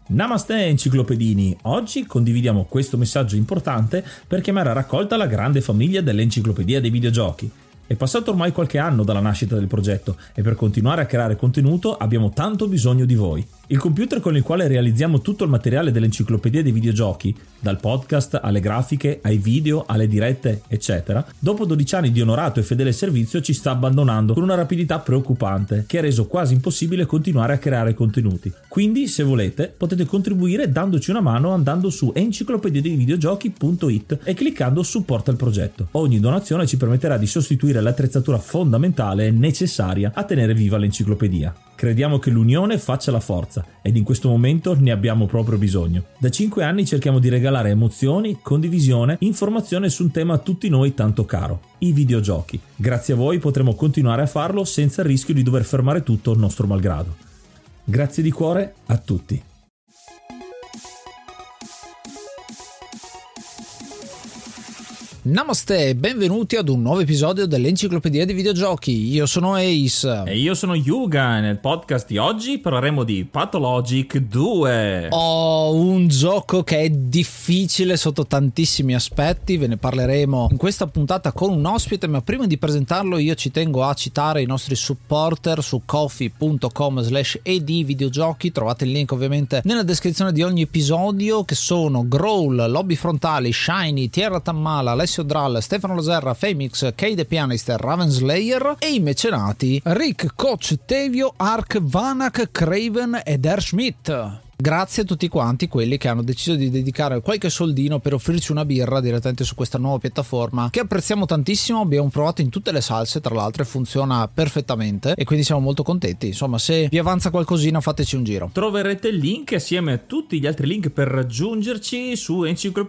Namaste enciclopedini, oggi condividiamo questo messaggio importante per chiamare a raccolta la grande famiglia dell'Enciclopedia dei Videogiochi. È passato ormai qualche anno dalla nascita del progetto e per continuare a creare contenuto abbiamo tanto bisogno di voi. Il computer con il quale realizziamo tutto il materiale dell'Enciclopedia dei Videogiochi, dal podcast alle grafiche, ai video, alle dirette, eccetera, dopo 12 anni di onorato e fedele servizio ci sta abbandonando con una rapidità preoccupante che ha reso quasi impossibile continuare a creare contenuti. Quindi, se volete, potete contribuire dandoci una mano andando su enciclopediadeivideogiochi.it e cliccando supporta il progetto. Ogni donazione ci permetterà di sostituire l'attrezzatura fondamentale e necessaria a tenere viva l'enciclopedia. Crediamo che l'unione faccia la forza ed in questo momento ne abbiamo proprio bisogno. Da 5 anni cerchiamo di regalare emozioni, condivisione, informazione su un tema a tutti noi tanto caro, i videogiochi. Grazie a voi potremo continuare a farlo senza il rischio di dover fermare tutto nostro malgrado. Grazie di cuore a tutti. Namaste e benvenuti ad un nuovo episodio dell'Enciclopedia dei Videogiochi. Io sono Ace. E io sono Yuga e nel podcast di oggi parleremo di Pathologic 2. Oh, un gioco che è difficile sotto tantissimi aspetti. Ve ne parleremo in questa puntata con un ospite, ma prima di presentarlo io ci tengo a citare i nostri supporter su coffee.com/edvideogiochi. Trovate il link ovviamente nella descrizione di ogni episodio, che sono Growl, Lobby Frontali, Shiny, Tierra Tammala, Alessio Drall, Stefano Loserra, Femix, Kay The Pianist, Raven Slayer e i mecenati Rick, Coach, Tevio, Ark, Vanak, Craven ed Air Schmidt. Grazie a tutti quanti quelli che hanno deciso di dedicare qualche soldino per offrirci una birra direttamente su questa nuova piattaforma che apprezziamo tantissimo. Abbiamo provato in tutte le salse, tra l'altro, e funziona perfettamente e quindi siamo molto contenti. Insomma, se vi avanza qualcosina fateci un giro. Troverete il link assieme a tutti gli altri link per raggiungerci su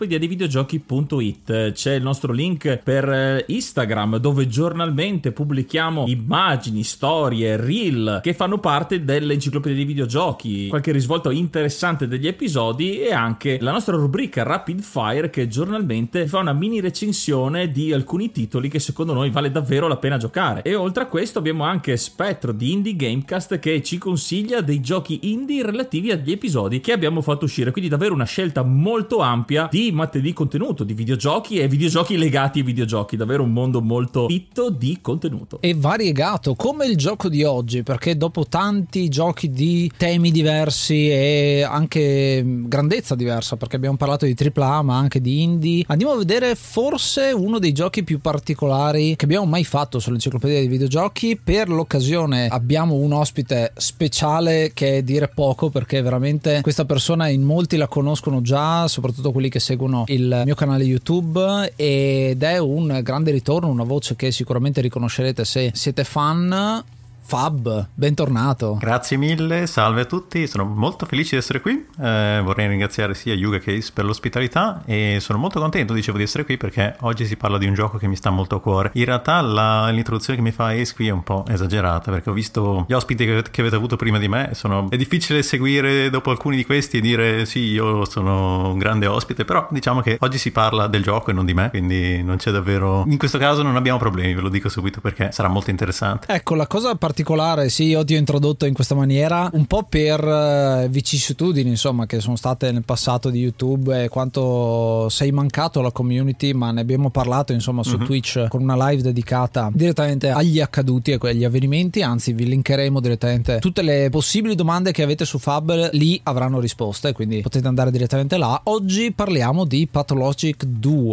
enciclopediadeivideogiochi.it. C'è il nostro link per Instagram, dove giornalmente pubblichiamo immagini, storie, reel che fanno parte dell'Enciclopedia dei Videogiochi, qualche risvolto interessante degli episodi e anche la nostra rubrica Rapid Fire che giornalmente fa una mini recensione di alcuni titoli che secondo noi vale davvero la pena giocare. E oltre a questo abbiamo anche Spettro di Indie Gamecast che ci consiglia dei giochi indie relativi agli episodi che abbiamo fatto uscire, quindi davvero una scelta molto ampia di contenuto, di videogiochi e videogiochi legati ai videogiochi, davvero un mondo molto fitto di contenuto e variegato come il gioco di oggi, perché dopo tanti giochi di temi diversi e anche grandezza diversa, perché abbiamo parlato di AAA ma anche di indie, andiamo a vedere forse uno dei giochi più particolari che abbiamo mai fatto sull'Enciclopedia dei Videogiochi. Per l'occasione abbiamo un ospite speciale che è dire poco, perché veramente questa persona in molti la conoscono già, soprattutto quelli che seguono il mio canale YouTube, ed è un grande ritorno, una voce che sicuramente riconoscerete se siete fan. Fab, bentornato. Grazie mille, salve a tutti, sono molto felice di essere qui. Vorrei ringraziare sia Yuga che Ace per l'ospitalità e sono molto contento, dicevo, di essere qui perché oggi si parla di un gioco che mi sta molto a cuore. In realtà l'introduzione che mi fa Ace qui è un po' esagerata, perché ho visto gli ospiti che avete avuto prima di me, è difficile seguire dopo alcuni di questi e dire sì, io sono un grande ospite, però diciamo che oggi si parla del gioco e non di me, quindi non c'è davvero, in questo caso non abbiamo problemi, ve lo dico subito perché sarà molto interessante. Ecco, la cosa particolare, sì, io ti ho introdotto in questa maniera un po' per vicissitudini, insomma, che sono state nel passato di YouTube e quanto sei mancato alla community, ma ne abbiamo parlato, insomma, su Twitch con una live dedicata direttamente agli accaduti e agli avvenimenti. Anzi, vi linkeremo direttamente tutte le possibili domande che avete su Fab, lì avranno risposte, quindi potete andare direttamente là. Oggi parliamo di Pathologic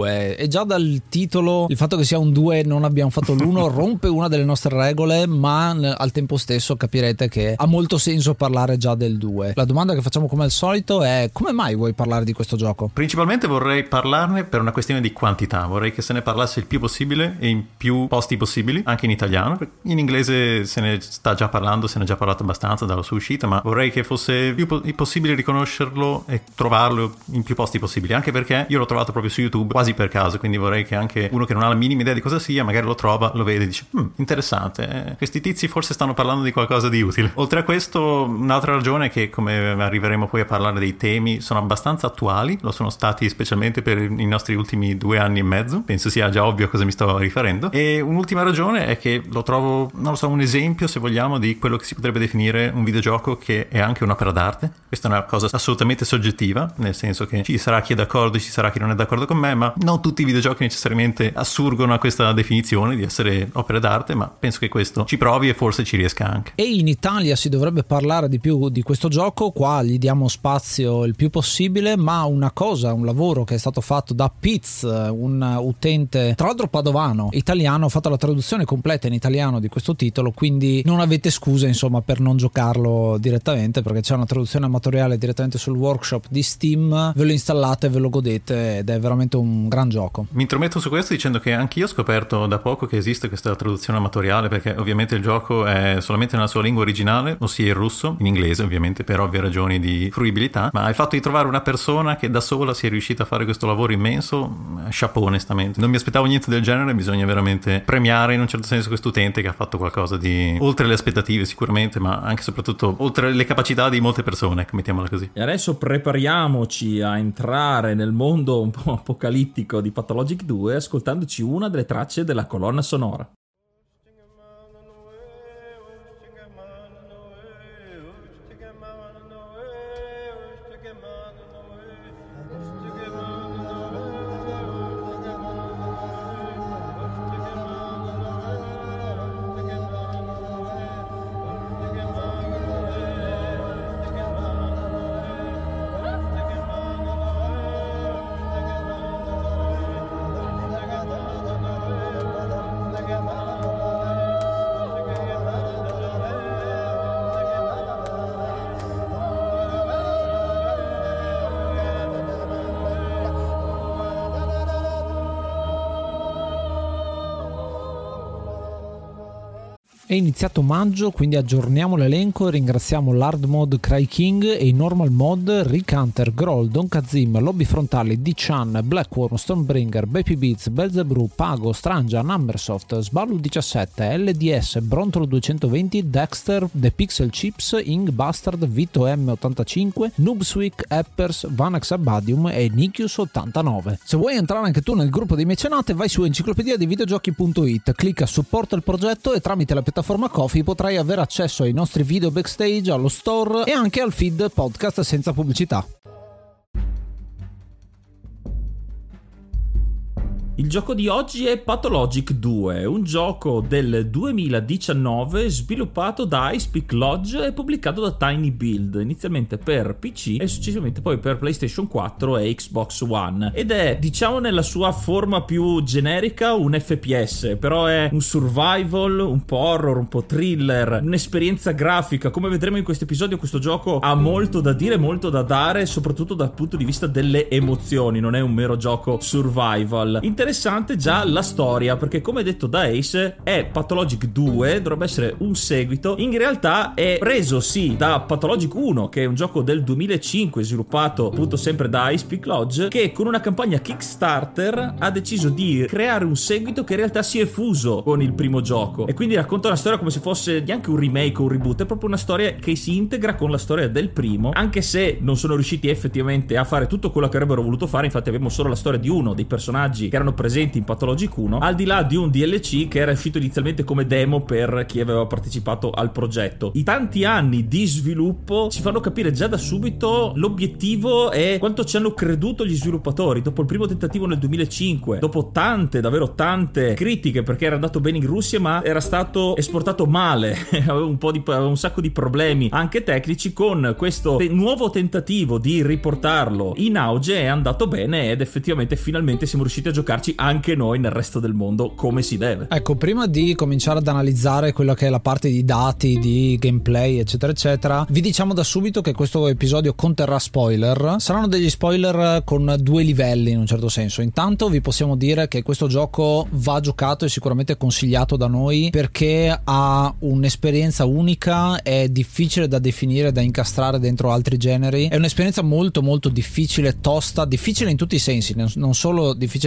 2 e già dal titolo, il fatto che sia un 2 non abbiamo fatto l'1 rompe una delle nostre regole, ma al tempo stesso capirete che ha molto senso parlare già del 2. La domanda che facciamo come al solito è: come mai vuoi parlare di questo gioco? Principalmente vorrei parlarne per una questione di quantità, vorrei che se ne parlasse il più possibile e in più posti possibili, anche in italiano. In inglese se ne sta già parlando, se ne è già parlato abbastanza dalla sua uscita, ma vorrei che fosse più possibile riconoscerlo e trovarlo in più posti possibili, anche perché io l'ho trovato proprio su YouTube quasi per caso, quindi vorrei che anche uno che non ha la minima idea di cosa sia magari lo trova, lo vede e dice interessante, questi tizi forse stanno parlando di qualcosa di utile. Oltre a questo, un'altra ragione è che, come arriveremo poi a parlare dei temi, sono abbastanza attuali, lo sono stati specialmente per i nostri ultimi 2 anni e mezzo, penso sia già ovvio a cosa mi sto riferendo. E un'ultima ragione è che lo trovo, non lo so, un esempio, se vogliamo, di quello che si potrebbe definire un videogioco che è anche un'opera d'arte. Questa è una cosa assolutamente soggettiva, nel senso che ci sarà chi è d'accordo, ci sarà chi non è d'accordo con me, ma non tutti i videogiochi necessariamente assurgono a questa definizione di essere opere d'arte, ma penso che questo ci provi e forse ci riesca anche. E in Italia si dovrebbe parlare di più di questo gioco, qua gli diamo spazio il più possibile, ma un lavoro che è stato fatto da Piz, un utente tra l'altro padovano, italiano, ha fatto la traduzione completa in italiano di questo titolo, quindi non avete scuse insomma per non giocarlo direttamente, perché c'è una traduzione amatoriale direttamente sul workshop di Steam, ve lo installate, ve lo godete ed è veramente un gran gioco. Mi intrometto su questo dicendo che anch'io ho scoperto da poco che esiste questa traduzione amatoriale, perché ovviamente il gioco è solamente nella sua lingua originale, ossia il russo, in inglese ovviamente per ovvie ragioni di fruibilità, ma il fatto di trovare una persona che da sola si è riuscita a fare questo lavoro immenso, chapeau onestamente. Non mi aspettavo niente del genere, bisogna veramente premiare in un certo senso quest'utente che ha fatto qualcosa di oltre le aspettative sicuramente, ma anche e soprattutto oltre le capacità di molte persone, mettiamola così. E adesso prepariamoci a entrare nel mondo un po' apocalittico di Pathologic 2 ascoltandoci una delle tracce della colonna sonora. È iniziato maggio, quindi aggiorniamo l'elenco e ringraziamo l'hard mod Cry King e i normal mod Rick Hunter, Groll, Don Kazim, Lobby Frontali, D-Chan, Blackworm, Stonebringer, Baby Beats, Belzebrew, Pago, Strangia, Numbersoft, Sballu 17, LDS, Brontolo 220, Dexter, The Pixel Chips, Ing Bastard, Vito M85, Noobswick, Eppers, Vanax Abadium e Nikius 89. Se vuoi entrare anche tu nel gruppo dei mecenate, vai su enciclopedia di videogiochi.it, clicca supporta il progetto e tramite la piattaforma Ko-fi potrai avere accesso ai nostri video backstage, allo store e anche al feed podcast senza pubblicità. Il gioco di oggi è Pathologic 2, un gioco del 2019 sviluppato da Icepeak Lodge e pubblicato da Tiny Build, inizialmente per PC e successivamente poi per PlayStation 4 e Xbox One, ed è, diciamo nella sua forma più generica, un FPS, però è un survival, un po' horror, un po' thriller, un'esperienza grafica. Come vedremo in questo episodio, questo gioco ha molto da dire, molto da dare, soprattutto dal punto di vista delle emozioni, non è un mero gioco survival. Interessante già la storia, perché come detto da Ace è Pathologic 2, dovrebbe essere un seguito, in realtà è preso sì da Pathologic 1, che è un gioco del 2005 sviluppato appunto sempre da Icepeak Lodge, che con una campagna Kickstarter ha deciso di creare un seguito che in realtà si è fuso con il primo gioco e quindi racconta una storia come se fosse neanche un remake o un reboot, è proprio una storia che si integra con la storia del primo, anche se non sono riusciti effettivamente a fare tutto quello che avrebbero voluto fare. Infatti abbiamo solo la storia di uno dei personaggi che erano presenti in Pathologic 1, al di là di un DLC che era uscito inizialmente come demo per chi aveva partecipato al progetto. I tanti anni di sviluppo ci fanno capire già da subito l'obiettivo e quanto ci hanno creduto gli sviluppatori. Dopo il primo tentativo nel 2005, dopo tante, davvero tante critiche perché era andato bene in Russia ma era stato esportato male, aveva un sacco di problemi anche tecnici, con questo nuovo tentativo di riportarlo in auge è andato bene ed effettivamente finalmente siamo riusciti a giocarci anche noi nel resto del mondo come si deve. Ecco, prima di cominciare ad analizzare quella che è la parte di dati, di gameplay eccetera eccetera, vi diciamo da subito che questo episodio conterrà spoiler. Saranno degli spoiler con 2 livelli in un certo senso. Intanto vi possiamo dire che questo gioco va giocato e sicuramente consigliato da noi perché ha un'esperienza unica, è difficile da definire, da incastrare dentro altri generi, è un'esperienza molto molto difficile, tosta, difficile in tutti i sensi, non solo difficile dal punto di vista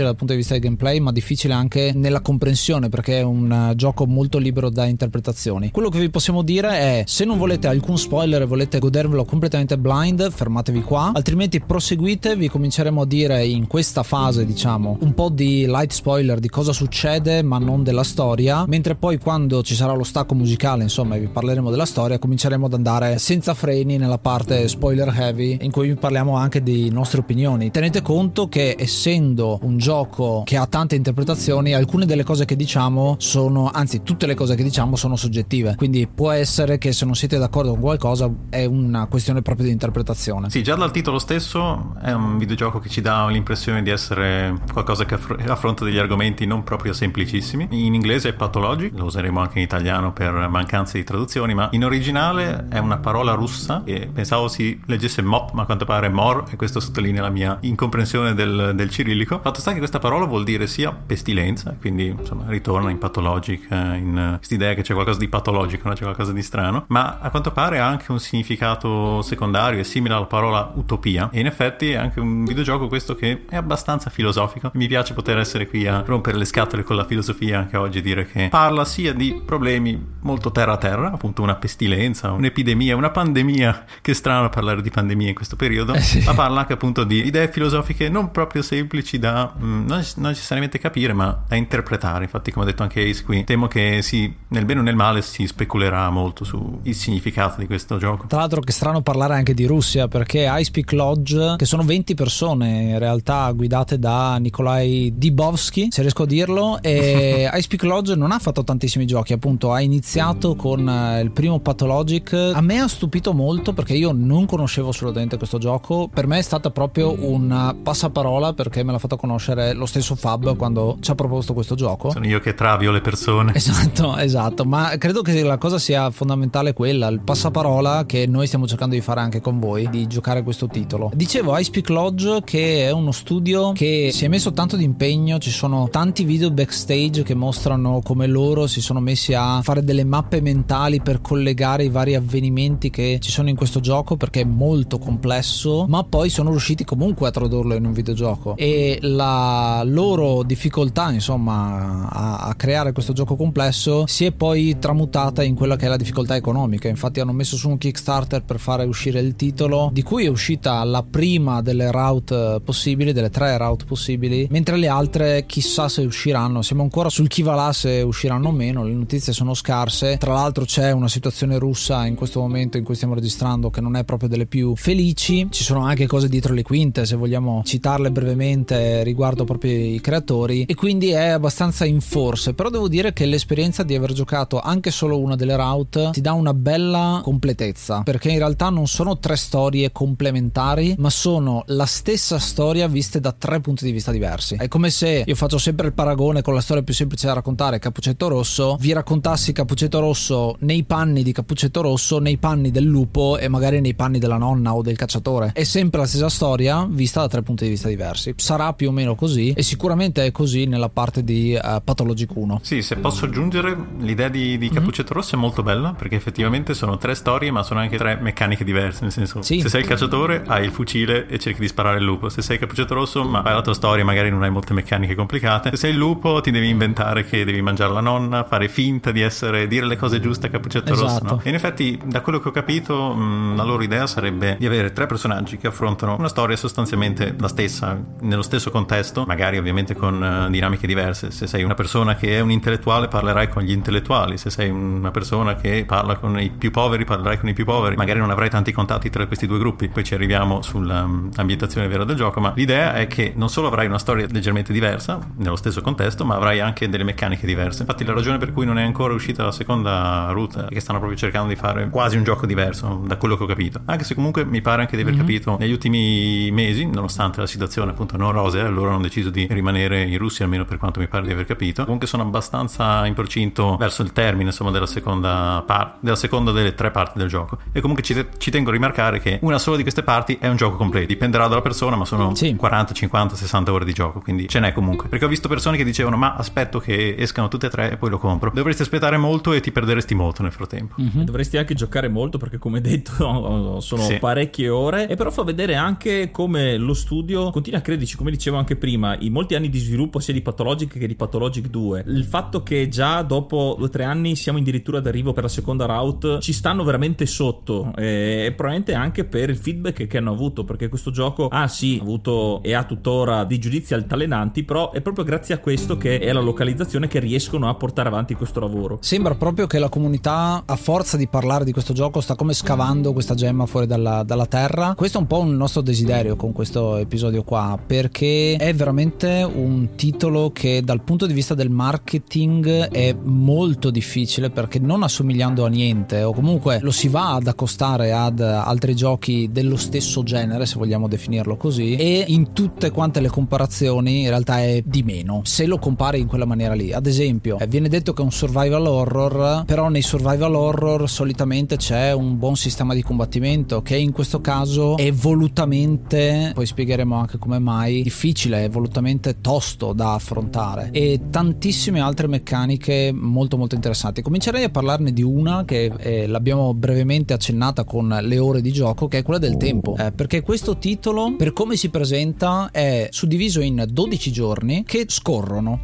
vista del gameplay, ma difficile anche nella comprensione, perché è un gioco molto libero da interpretazioni. Quello che vi possiamo dire è: se non volete alcun spoiler e volete godervelo completamente blind, fermatevi qua, altrimenti proseguite. Vi cominceremo a dire in questa fase, diciamo, un po' di light spoiler di cosa succede, ma non della storia, mentre poi quando ci sarà lo stacco musicale, insomma, e vi parleremo della storia, cominceremo ad andare senza freni nella parte spoiler heavy, in cui vi parliamo anche di nostre opinioni. Tenete conto che, essendo un gioco che ha tante interpretazioni, alcune delle cose che diciamo sono, anzi tutte le cose che diciamo sono soggettive, quindi può essere che se non siete d'accordo con qualcosa è una questione proprio di interpretazione. Sì, già dal titolo stesso è un videogioco che ci dà l'impressione di essere qualcosa che affronta degli argomenti non proprio semplicissimi. In inglese è Pathologic, lo useremo anche in italiano per mancanza di traduzioni, ma in originale è una parola russa che pensavo si leggesse mop, ma a quanto pare mor, e questo sottolinea la mia incomprensione del cirillico. Fatto sta che questa parola vuol dire sia pestilenza, quindi insomma ritorna in Pathologic, in quest'idea che c'è qualcosa di patologico, no? C'è qualcosa di strano, ma a quanto pare ha anche un significato secondario, è simile alla parola utopia, e in effetti è anche un videogioco questo che è abbastanza filosofico. Mi piace poter essere qui a rompere le scatole con la filosofia anche oggi, dire che parla sia di problemi molto terra a terra, appunto una pestilenza, un'epidemia, una pandemia, che strano parlare di pandemia in questo periodo, sì. Ma parla anche appunto di idee filosofiche non proprio semplici da non necessariamente capire, ma da interpretare. Infatti, come ha detto anche Ace qui, temo che nel bene o nel male si speculerà molto sul significato di questo gioco. Tra l'altro che strano parlare anche di Russia, perché Icepeak Lodge, che sono 20 persone in realtà guidate da Nikolai Dibovsky, se riesco a dirlo, e Icepeak Lodge non ha fatto tantissimi giochi, appunto ha iniziato con il primo Pathologic. A me ha stupito molto perché io non conoscevo assolutamente questo gioco, per me è stata proprio un passaparola, perché me l'ha fatto conoscere lo stesso Fab quando ci ha proposto questo gioco. Sono io che travio le persone. Esatto, ma credo che la cosa sia fondamentale quella, il passaparola, che noi stiamo cercando di fare anche con voi, di giocare questo titolo. Dicevo, Icepeak Lodge, che è uno studio che si è messo tanto di impegno, ci sono tanti video backstage che mostrano come loro si sono messi a fare delle mappe mentali per collegare i vari avvenimenti che ci sono in questo gioco, perché è molto complesso, ma poi sono riusciti comunque a tradurlo in un videogioco, e la loro difficoltà, insomma, a creare questo gioco complesso si è poi tramutata in quella che è la difficoltà economica. Infatti hanno messo su un Kickstarter per fare uscire il titolo, di cui è uscita la prima delle route possibili, delle 3 route possibili, mentre le altre chissà se usciranno. Siamo ancora sul chi va là se usciranno o meno, le notizie sono scarse. Tra l'altro c'è una situazione russa in questo momento in cui stiamo registrando che non è proprio delle più felici, ci sono anche cose dietro le quinte, se vogliamo citarle brevemente, riguardo proprio i creatori, e quindi è abbastanza in forse. Però devo dire che l'esperienza di aver giocato anche solo una delle route ti dà una bella completezza, perché in realtà non sono 3 storie complementari, ma sono la stessa storia viste da 3 punti di vista diversi. È come se, io faccio sempre il paragone con la storia più semplice da raccontare, Cappuccetto Rosso, vi raccontassi Cappuccetto Rosso nei panni di Cappuccetto Rosso, nei panni del lupo e magari nei panni della nonna o del cacciatore. È sempre la stessa storia vista da 3 punti di vista diversi. Sarà più o meno così, e sicuramente è così nella parte di Pathologic 1. Sì, se posso aggiungere, l'idea di Cappuccetto Rosso è molto bella, perché effettivamente sono 3 storie, ma sono anche 3 meccaniche diverse, nel senso, sì. Se sei il cacciatore hai il fucile e cerchi di sparare il lupo, se sei Cappuccetto Rosso ma fai la tua storia, magari non hai molte meccaniche complicate, se sei il lupo ti devi inventare che devi mangiare la nonna, fare finta di dire le cose giuste a Cappuccetto Rosso, no? E in effetti, da quello che ho capito, la loro idea sarebbe di avere 3 personaggi che affrontano una storia sostanzialmente la stessa, nello stesso contesto, magari ovviamente con dinamiche diverse. Se sei una persona che è un intellettuale parlerai con gli intellettuali, se sei una persona che parla con i più poveri parlerai con i più poveri, magari non avrai tanti contatti tra questi 2 gruppi. Poi ci arriviamo sull'ambientazione vera del gioco, ma l'idea è che non solo avrai una storia leggermente diversa nello stesso contesto, ma avrai anche delle meccaniche diverse. Infatti la ragione per cui non è ancora uscita la seconda route è che stanno proprio cercando di fare quasi un gioco diverso, da quello che ho capito, anche se comunque mi pare anche di aver capito negli ultimi mesi, nonostante la situazione appunto non rosea, loro hanno deciso di rimanere in Russia, almeno per quanto mi pare di aver capito. Comunque sono abbastanza in procinto verso il termine, insomma, della seconda delle 3 parti del gioco. E comunque ci tengo a rimarcare che una sola di queste parti è un gioco completo, dipenderà dalla persona, ma sono 40, 50, 60 ore di gioco, quindi ce n'è comunque. Perché ho visto persone che dicevano ma aspetto che escano tutte e 3 e poi lo compro. Dovresti aspettare molto e ti perderesti molto nel frattempo. Dovresti anche giocare molto, perché come detto sono parecchie ore, e però fa vedere anche come lo studio continua a crederci, come dicevo anche prima, molti anni di sviluppo sia di Pathologic che di Pathologic 2, il fatto che già dopo 2 o 3 anni siamo addirittura d'arrivo per la seconda route ci stanno veramente sotto, e probabilmente anche per il feedback che hanno avuto, perché questo gioco ha avuto e ha tuttora dei giudizi altalenanti, però è proprio grazie a questo che è la localizzazione che riescono a portare avanti questo lavoro. Sembra proprio che la comunità, a forza di parlare di questo gioco, sta come scavando questa gemma fuori dalla terra. Questo è un po' un nostro desiderio con questo episodio qua, perché è veramente un titolo che dal punto di vista del marketing è molto difficile, perché non assomigliando a niente, o comunque lo si va ad accostare ad altri giochi dello stesso genere, se vogliamo definirlo così, e in tutte quante le comparazioni in realtà è di meno se lo compari in quella maniera lì. Ad esempio viene detto che è un survival horror, però nei survival horror solitamente c'è un buon sistema di combattimento che in questo caso è volutamente, poi spiegheremo anche come mai, difficile, è volutamente tosto da affrontare, e tantissime altre meccaniche molto molto interessanti. Comincerei a parlarne di una che l'abbiamo brevemente accennata con le ore di gioco, che è quella del tempo, perché questo titolo, per come si presenta, è suddiviso in 12 giorni che scorrono,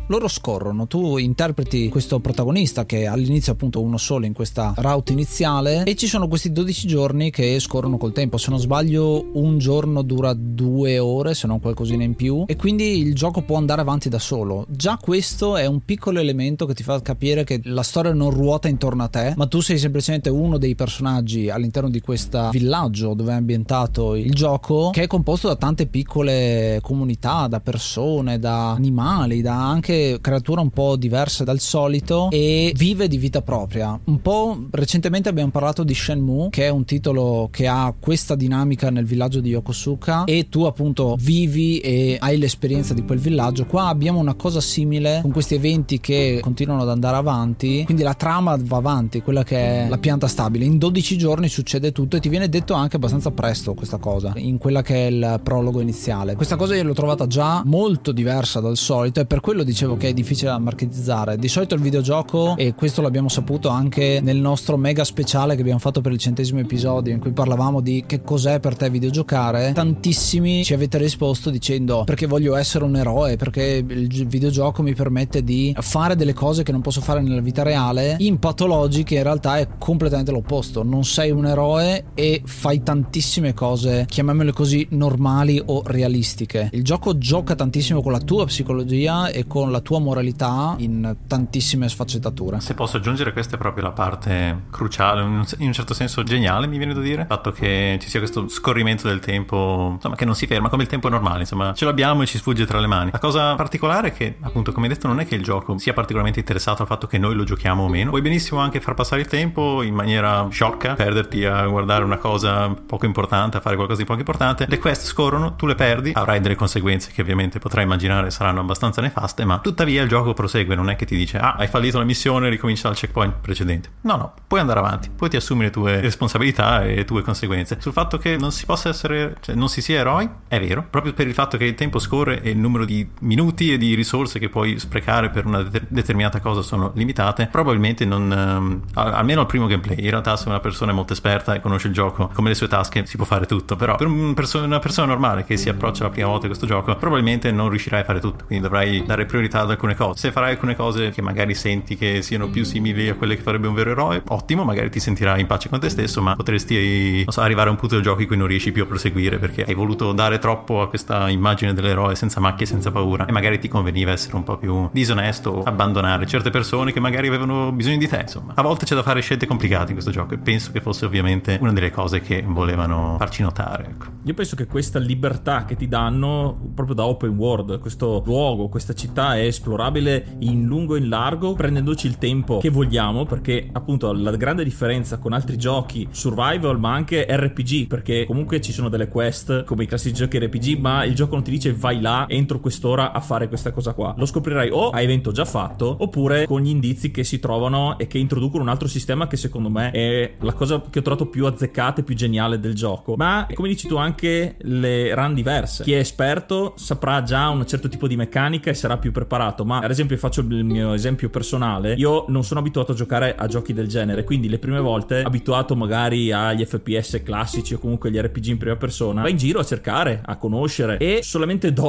tu interpreti questo protagonista che all'inizio appunto uno solo in questa route iniziale, e ci sono questi 12 giorni che scorrono col tempo. Se non sbaglio un giorno dura 2 ore, se non qualcosina in più, e quindi il gioco può andare avanti da solo. Già questo è un piccolo elemento che ti fa capire che la storia non ruota intorno a te, ma tu sei semplicemente uno dei personaggi all'interno di questo villaggio dove è ambientato il gioco, che è composto da tante piccole comunità, da persone, da animali, da anche creature un po' diverse dal solito, e vive di vita propria. Un po' recentemente abbiamo parlato di Shenmue, che è un titolo che ha questa dinamica nel villaggio di Yokosuka, e tu appunto vivi e hai l'esperienza di quel villaggio. Qua abbiamo una cosa simile, con questi eventi che continuano ad andare avanti, quindi la trama va avanti, quella che è la pianta stabile. In 12 giorni succede tutto, e ti viene detto anche abbastanza presto questa cosa, in quella che è il prologo iniziale. Questa cosa io l'ho trovata già molto diversa dal solito, e per quello dicevo che è difficile da marketizzare. Di solito il videogioco, e questo l'abbiamo saputo anche nel nostro mega speciale che abbiamo fatto per il 100° episodio, in cui parlavamo di che cos'è per te videogiocare, tantissimi ci avete risposto dicendo: perché voglio essere un eroe, perché il videogioco mi permette di fare delle cose che non posso fare nella vita reale. In Pathologic in realtà è completamente l'opposto, non sei un eroe e fai tantissime cose, chiamiamole così, normali o realistiche. Il gioco gioca tantissimo con la tua psicologia e con la tua moralità in tantissime sfaccettature. Se posso aggiungere, questa è proprio la parte cruciale, in un certo senso geniale, mi viene da dire, il fatto che ci sia questo scorrimento del tempo, insomma, che non si ferma come il tempo normale, insomma, ce l'abbiamo e ci sfugge tra le mani. La cosa particolare è che, appunto, come detto, non è che il gioco sia particolarmente interessato al fatto che noi lo giochiamo o meno. Puoi benissimo anche far passare il tempo in maniera sciocca, perderti a guardare una cosa poco importante, a fare qualcosa di poco importante. Le quest scorrono, tu le perdi, avrai delle conseguenze che ovviamente potrai immaginare saranno abbastanza nefaste, ma tuttavia il gioco prosegue, non è che ti dice: ah, hai fallito la missione, ricomincia dal checkpoint precedente. No, puoi andare avanti, poi ti assumi le tue responsabilità e le tue conseguenze. Sul fatto che non si possa essere, cioè non si sia eroi, è vero, proprio per il fatto che il tempo scorre e il numero di minuti e di risorse che puoi sprecare per una determinata cosa sono limitate. Probabilmente non, almeno al primo gameplay, in realtà se una persona è molto esperta e conosce il gioco come le sue tasche, si può fare tutto, però per una persona normale che si approccia la prima volta a questo gioco probabilmente non riuscirai a fare tutto, quindi dovrai dare priorità ad alcune cose. Se farai alcune cose che magari senti che siano più simili a quelle che farebbe un vero eroe, ottimo, magari ti sentirai in pace con te stesso, ma potresti, non so, arrivare a un punto del gioco in cui non riesci più a proseguire perché hai voluto dare troppo a questa immagine dell'eroe senza macchie, senza paura, e magari ti conveniva essere un po' più disonesto o abbandonare certe persone che magari avevano bisogno di te. Insomma, a volte c'è da fare scelte complicate in questo gioco, e penso che fosse ovviamente una delle cose che volevano farci notare, ecco. Io penso che questa libertà che ti danno proprio da open world, questo luogo, questa città è esplorabile in lungo e in largo, prendendoci il tempo che vogliamo, perché appunto la grande differenza con altri giochi survival ma anche RPG, perché comunque ci sono delle quest come i classici giochi RPG, ma il gioco non ti dice vai là entro quest'ora a fare questa cosa qua, lo scoprirai o a evento già fatto oppure con gli indizi che si trovano e che introducono un altro sistema che secondo me è la cosa che ho trovato più azzeccata e più geniale del gioco. Ma come dici tu, anche le run diverse, chi è esperto saprà già un certo tipo di meccanica e sarà più preparato, ma ad esempio faccio il mio esempio personale, io non sono abituato a giocare a giochi del genere, quindi le prime volte abituato magari agli FPS classici o comunque gli RPG in prima persona, vai in giro a cercare, a conoscere, e solamente dopo ti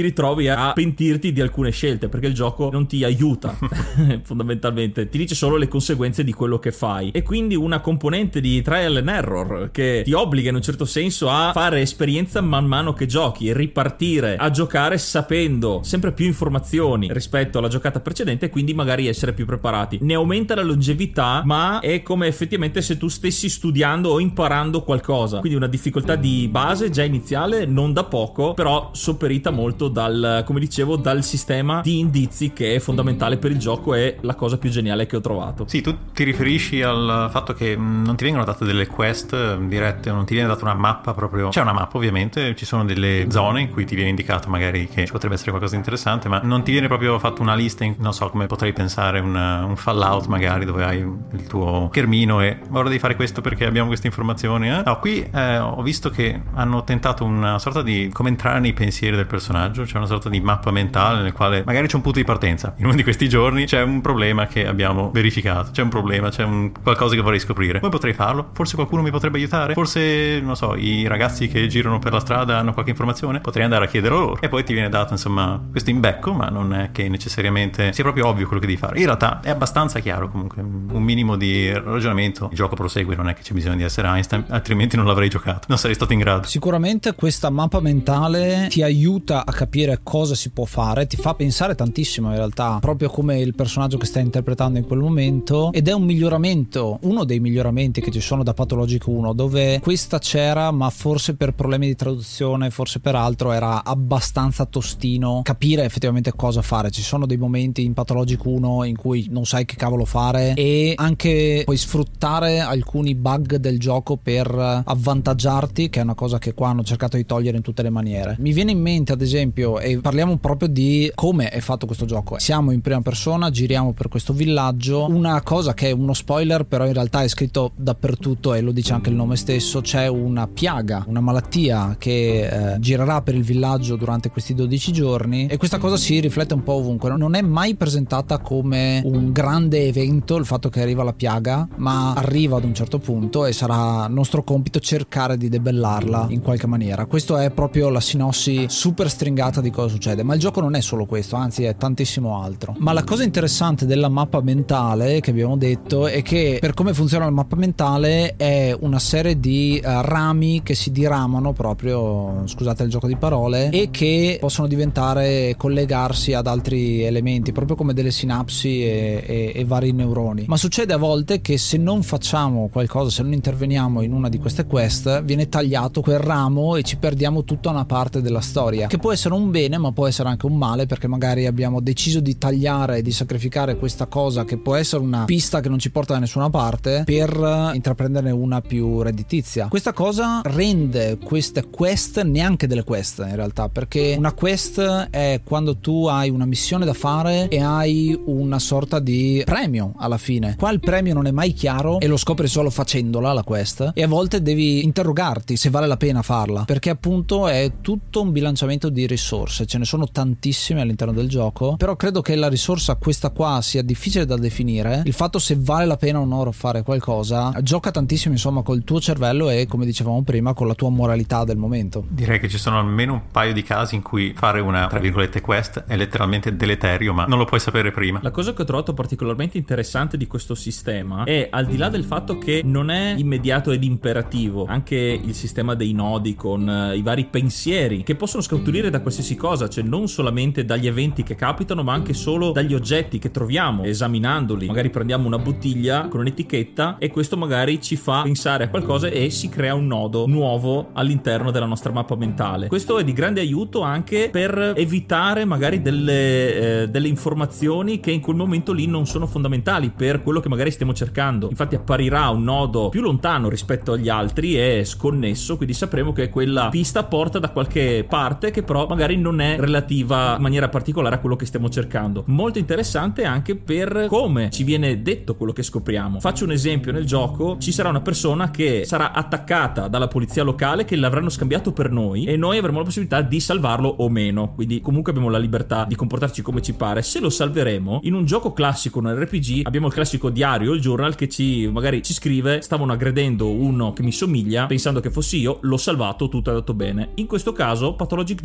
ritrovi a pentirti di alcune scelte, perché il gioco non ti aiuta fondamentalmente, ti dice solo le conseguenze di quello che fai, e quindi una componente di trial and error che ti obbliga in un certo senso a fare esperienza man mano che giochi e ripartire a giocare sapendo sempre più informazioni rispetto alla giocata precedente, e quindi magari essere più preparati. Ne aumenta la longevità, ma è come effettivamente se tu stessi studiando o imparando qualcosa, quindi una difficoltà di base già iniziale, non da poco, però sopperita molto dal, come dicevo, dal sistema di indizi che è fondamentale per il gioco, è la cosa più geniale che ho trovato. Sì, tu ti riferisci al fatto che non ti vengono date delle quest dirette, non ti viene data una mappa proprio. C'è una mappa ovviamente, ci sono delle zone in cui ti viene indicato magari che ci potrebbe essere qualcosa di interessante, ma non ti viene proprio fatta una lista non so, come potrei pensare un Fallout magari, dove hai il tuo schermino e ora devi fare questo perché abbiamo queste informazioni. No, qui ho visto che hanno tentato una sorta di come entrare nei pensieri del personaggio, c'è una sorta di mappa mentale nel quale magari c'è un punto di partenza. In uno di questi giorni c'è un problema che abbiamo verificato, c'è un problema, c'è qualcosa che vorrei scoprire. Come potrei farlo? Forse qualcuno mi potrebbe aiutare? Forse, non so, i ragazzi che girano per la strada hanno qualche informazione? Potrei andare a chiedere loro. E poi ti viene dato, insomma, questo imbecco, ma non è che necessariamente sia proprio ovvio quello che devi fare. In realtà è abbastanza chiaro, comunque, un minimo di ragionamento. Il gioco prosegue, non è che c'è bisogno di essere Einstein, altrimenti non l'avrei giocato, non sarei stato in grado. Sicuramente questa mappa mentale ti aiuta a capire cosa si può fare, ti fa pensare tantissimo in realtà, proprio come il personaggio che stai interpretando in quel momento, ed è un miglioramento, uno dei miglioramenti che ci sono da Pathologic 1, dove questa c'era, ma forse per problemi di traduzione, forse per altro, era abbastanza tostino capire effettivamente cosa fare. Ci sono dei momenti in Pathologic 1 in cui non sai che cavolo fare, e anche puoi sfruttare alcuni bug del gioco per avvantaggiarti, che è una cosa che qua hanno cercato di togliere in tutte le maniere. Mi viene in mente ad esempio, e parliamo proprio di come è fatto questo gioco, siamo in prima persona, giriamo per questo villaggio, una cosa che è uno spoiler però in realtà è scritto dappertutto e lo dice anche il nome stesso, c'è una piaga, una malattia che girerà per il villaggio durante questi 12 giorni, e questa cosa si riflette un po' ovunque. Non è mai presentata come un grande evento il fatto che arriva la piaga, ma arriva ad un certo punto e sarà nostro compito cercare di debellarla in qualche maniera. Questo è proprio la sinossi super stringata di cosa succede, ma il gioco non è solo questo, anzi è tantissimo altro. Ma la cosa interessante della mappa mentale che abbiamo detto è che, per come funziona la mappa mentale, è una serie di rami che si diramano proprio, scusate il gioco di parole, e che possono diventare, collegarsi ad altri elementi, proprio come delle sinapsi e vari neuroni. Ma succede a volte che se non facciamo qualcosa, se non interveniamo in una di queste quest, viene tagliato quel ramo e ci perdiamo tutta una parte della storia, che può essere un bene ma può essere anche un male, perché magari abbiamo deciso di tagliare e di sacrificare questa cosa che può essere una pista che non ci porta da nessuna parte per intraprenderne una più redditizia. Questa cosa rende queste quest neanche delle quest in realtà, perché una quest è quando tu hai una missione da fare e hai una sorta di premio alla fine. Qua il premio non è mai chiaro e lo scopri solo facendola la quest, e a volte devi interrogarti se vale la pena farla, perché appunto è tutto un bilanciamento di risorse. Ce ne sono tantissime all'interno del gioco, però credo che la risorsa questa qua sia difficile da definire. Il fatto se vale la pena o no fare qualcosa gioca tantissimo, insomma, col tuo cervello e, come dicevamo prima, con la tua moralità del momento. Direi che ci sono almeno un paio di casi in cui fare una, tra virgolette, quest è letteralmente deleterio, ma non lo puoi sapere prima. La cosa che ho trovato particolarmente interessante di questo sistema è, al di là del fatto che non è immediato ed imperativo, anche il sistema dei nodi con i vari pensieri che possono scaturire da qualsiasi cosa, cioè non solamente dagli eventi che capitano, ma anche solo dagli oggetti che troviamo esaminandoli. Magari prendiamo una bottiglia con un'etichetta e questo magari ci fa pensare a qualcosa e si crea un nodo nuovo all'interno della nostra mappa mentale. Questo è di grande aiuto anche per evitare magari delle informazioni che in quel momento lì non sono fondamentali per quello che magari stiamo cercando. Infatti apparirà un nodo più lontano rispetto agli altri e sconnesso, quindi sapremo che quella pista porta da qualche parte che però magari non è relativa in maniera particolare a quello che stiamo cercando. Molto interessante anche per come ci viene detto quello che scopriamo. Faccio un esempio: nel gioco ci sarà una persona che sarà attaccata dalla polizia locale, che l'avranno scambiato per noi e noi avremo la possibilità di salvarlo o meno, quindi comunque abbiamo la libertà di comportarci come ci pare. Se lo salveremo, in un gioco classico, un RPG, abbiamo il classico diario, il journal, che magari ci scrive: stavano aggredendo uno che mi somiglia, pensando che fossi io, l'ho salvato, tutto è andato bene. In questo caso Pathologic 2 non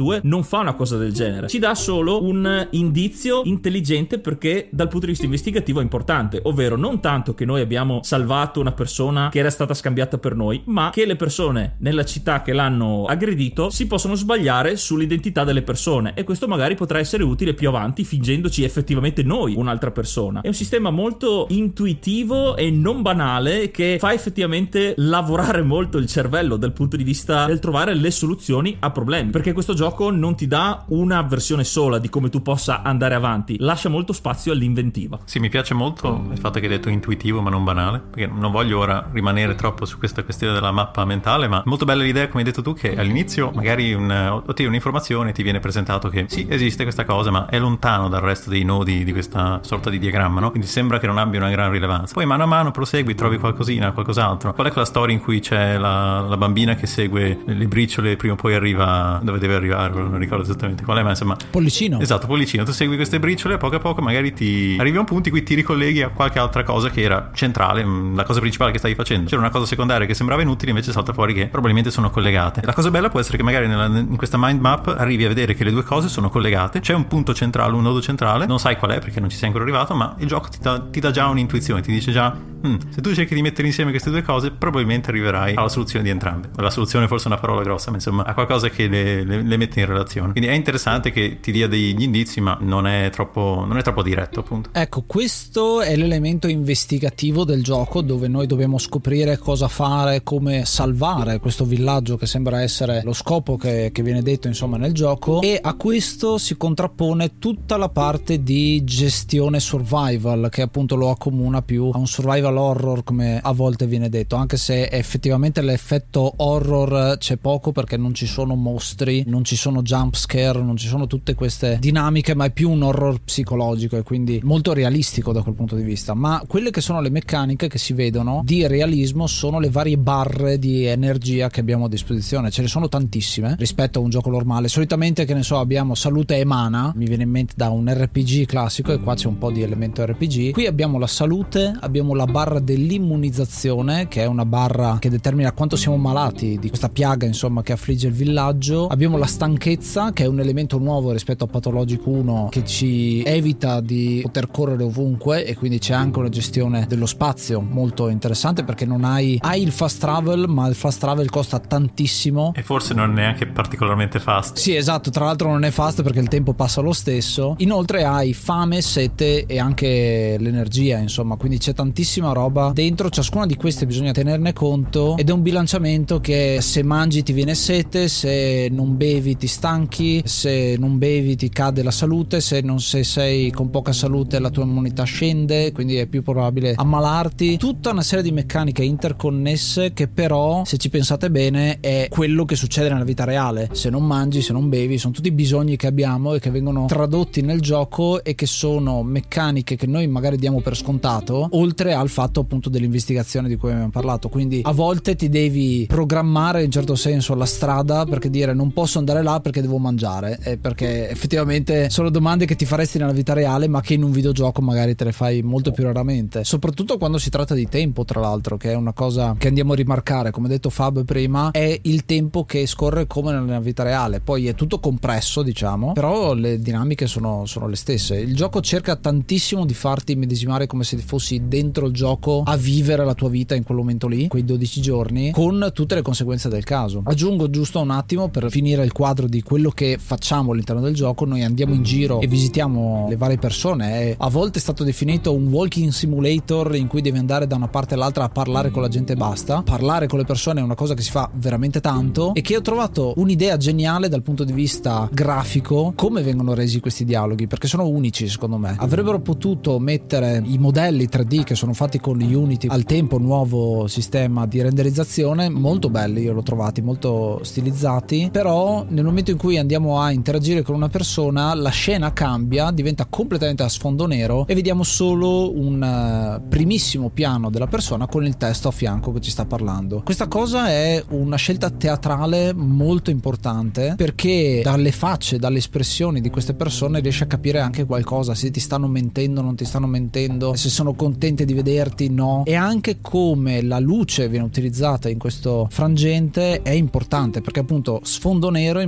fa una cosa del genere, ci dà solo un indizio intelligente, perché dal punto di vista investigativo è importante, ovvero non tanto che noi abbiamo salvato una persona che era stata scambiata per noi, ma che le persone nella città che l'hanno aggredito si possono sbagliare sull'identità delle persone, e questo magari potrà essere utile più avanti fingendoci effettivamente noi un'altra persona. È un sistema molto intuitivo e non banale, che fa effettivamente lavorare molto il cervello dal punto di vista del trovare le soluzioni a problemi, perché questo gioco non ti dà una versione sola di come tu possa andare avanti, lascia molto spazio all'inventiva. Sì, mi piace molto il fatto che hai detto intuitivo ma non banale, perché non voglio ora rimanere troppo su questa questione della mappa mentale, ma molto bella l'idea, come hai detto tu, che all'inizio magari ottieni un'informazione, ti viene presentato che sì, esiste questa cosa, ma è lontano dal resto dei nodi di questa sorta di diagramma, no? Quindi sembra che non abbia una gran rilevanza. Poi mano a mano prosegui, trovi qualcosina, qualcos'altro. Qual è quella storia in cui c'è la bambina che segue le briciole e prima o poi arriva dove deve arrivare, non ricordo esattamente qual è, ma insomma Pollicino. Esatto, Pollicino. Tu segui queste briciole e a poco magari ti arrivi a un punto in cui ti ricolleghi a qualche altra cosa che era centrale, la cosa principale che stavi facendo. C'era una cosa secondaria che sembrava inutile, invece salta fuori che probabilmente sono collegate. La cosa bella può essere che magari in questa mind map arrivi a vedere che le due cose sono collegate, c'è un punto centrale, un nodo centrale, non sai qual è perché non ci sei ancora arrivato, ma il gioco ti dà già un'intuizione, ti dice già se tu cerchi di mettere insieme queste due cose probabilmente arriverai alla soluzione di entrambe. La soluzione forse è una parola grossa, ma insomma a qualcosa che le mette in relazione. Quindi è interessante che ti dia degli indizi, ma non è troppo diretto, appunto. Ecco, questo è l'elemento investigativo del gioco, dove noi dobbiamo scoprire cosa fare, come salvare questo villaggio, che sembra essere lo scopo che viene detto insomma nel gioco, e a questo si contrappone tutta la parte di gestione survival, che appunto lo accomuna più a un survival horror, come a volte viene detto, anche se effettivamente l'effetto horror c'è poco, perché non ci sono mostri, non ci sono jump scare, non ci sono tutte queste dinamiche, ma è più un horror psicologico e quindi molto realistico da quel punto di vista. Ma quelle che sono le meccaniche che si vedono di realismo sono le varie barre di energia che abbiamo a disposizione. Ce ne sono tantissime rispetto a un gioco normale. Solitamente, che ne so, abbiamo salute e mana, mi viene in mente da un RPG classico, e qua c'è un po' di elemento RPG. Qui abbiamo la salute, abbiamo la barra dell'immunizzazione, che è una barra che determina quanto siamo malati di questa piaga insomma che affligge il villaggio. Abbiamo la stanchezza, che è un elemento nuovo rispetto a Pathologic 1, che ci evita di poter correre ovunque, e quindi c'è anche una gestione dello spazio molto interessante, perché non hai il fast travel, ma il fast travel costa tantissimo e forse non è neanche particolarmente fast. Sì, esatto, tra l'altro non è fast perché il tempo passa lo stesso. Inoltre hai fame, sete e anche l'energia, insomma, quindi c'è tantissima roba dentro. Ciascuna di queste bisogna tenerne conto, ed è un bilanciamento che se mangi ti viene sete, se non bevi ti stanchi, se non bevi ti cade la salute, se sei con poca salute la tua immunità scende, quindi è più probabile ammalarti. Tutta una serie di meccaniche interconnesse che però, se ci pensate bene, è quello che succede nella vita reale. Se non mangi, se non bevi, sono tutti bisogni che abbiamo e che vengono tradotti nel gioco, e che sono meccaniche che noi magari diamo per scontato, oltre al fatto appunto dell'investigazione di cui abbiamo parlato. Quindi a volte ti devi programmare in certo senso la strada, perché dire non posso andare là perché devo mangiare, perché effettivamente sono domande che ti faresti nella vita reale, ma che in un videogioco magari te le fai molto più raramente, soprattutto quando si tratta di tempo, tra l'altro, che è una cosa che andiamo a rimarcare, come detto Fab prima, è il tempo che scorre come nella vita reale. Poi è tutto compresso, diciamo, però le dinamiche sono le stesse. Il gioco cerca tantissimo di farti immedesimare come se fossi dentro il gioco a vivere la tua vita in quel momento lì, quei 12 giorni, con tutte le conseguenze del caso. Aggiungo giusto un attimo per finire il quadro di quello che facciamo all'interno del gioco. Noi andiamo in giro e visitiamo le varie persone. A volte è stato definito un walking simulator, in cui devi andare da una parte all'altra a parlare con la gente e basta. Parlare con le persone è una cosa che si fa veramente tanto, e che ho trovato un'idea geniale dal punto di vista grafico, come vengono resi questi dialoghi, perché sono unici secondo me. Avrebbero potuto mettere i modelli 3D che sono fatti con Unity, al tempo nuovo sistema di renderizzazione, molto belli, io l'ho trovati molto stilizzati, però nel momento in cui andiamo a interagire con una persona la scena cambia, diventa completamente a sfondo nero e vediamo solo un primissimo piano della persona con il testo a fianco che ci sta parlando. Questa cosa è una scelta teatrale molto importante, perché dalle facce, dalle espressioni di queste persone riesci a capire anche qualcosa, se ti stanno mentendo, non ti stanno mentendo, se sono contente di vederti, no. E anche come la luce viene utilizzata in questo frangente è importante, perché appunto sfondo nero, immaginatevi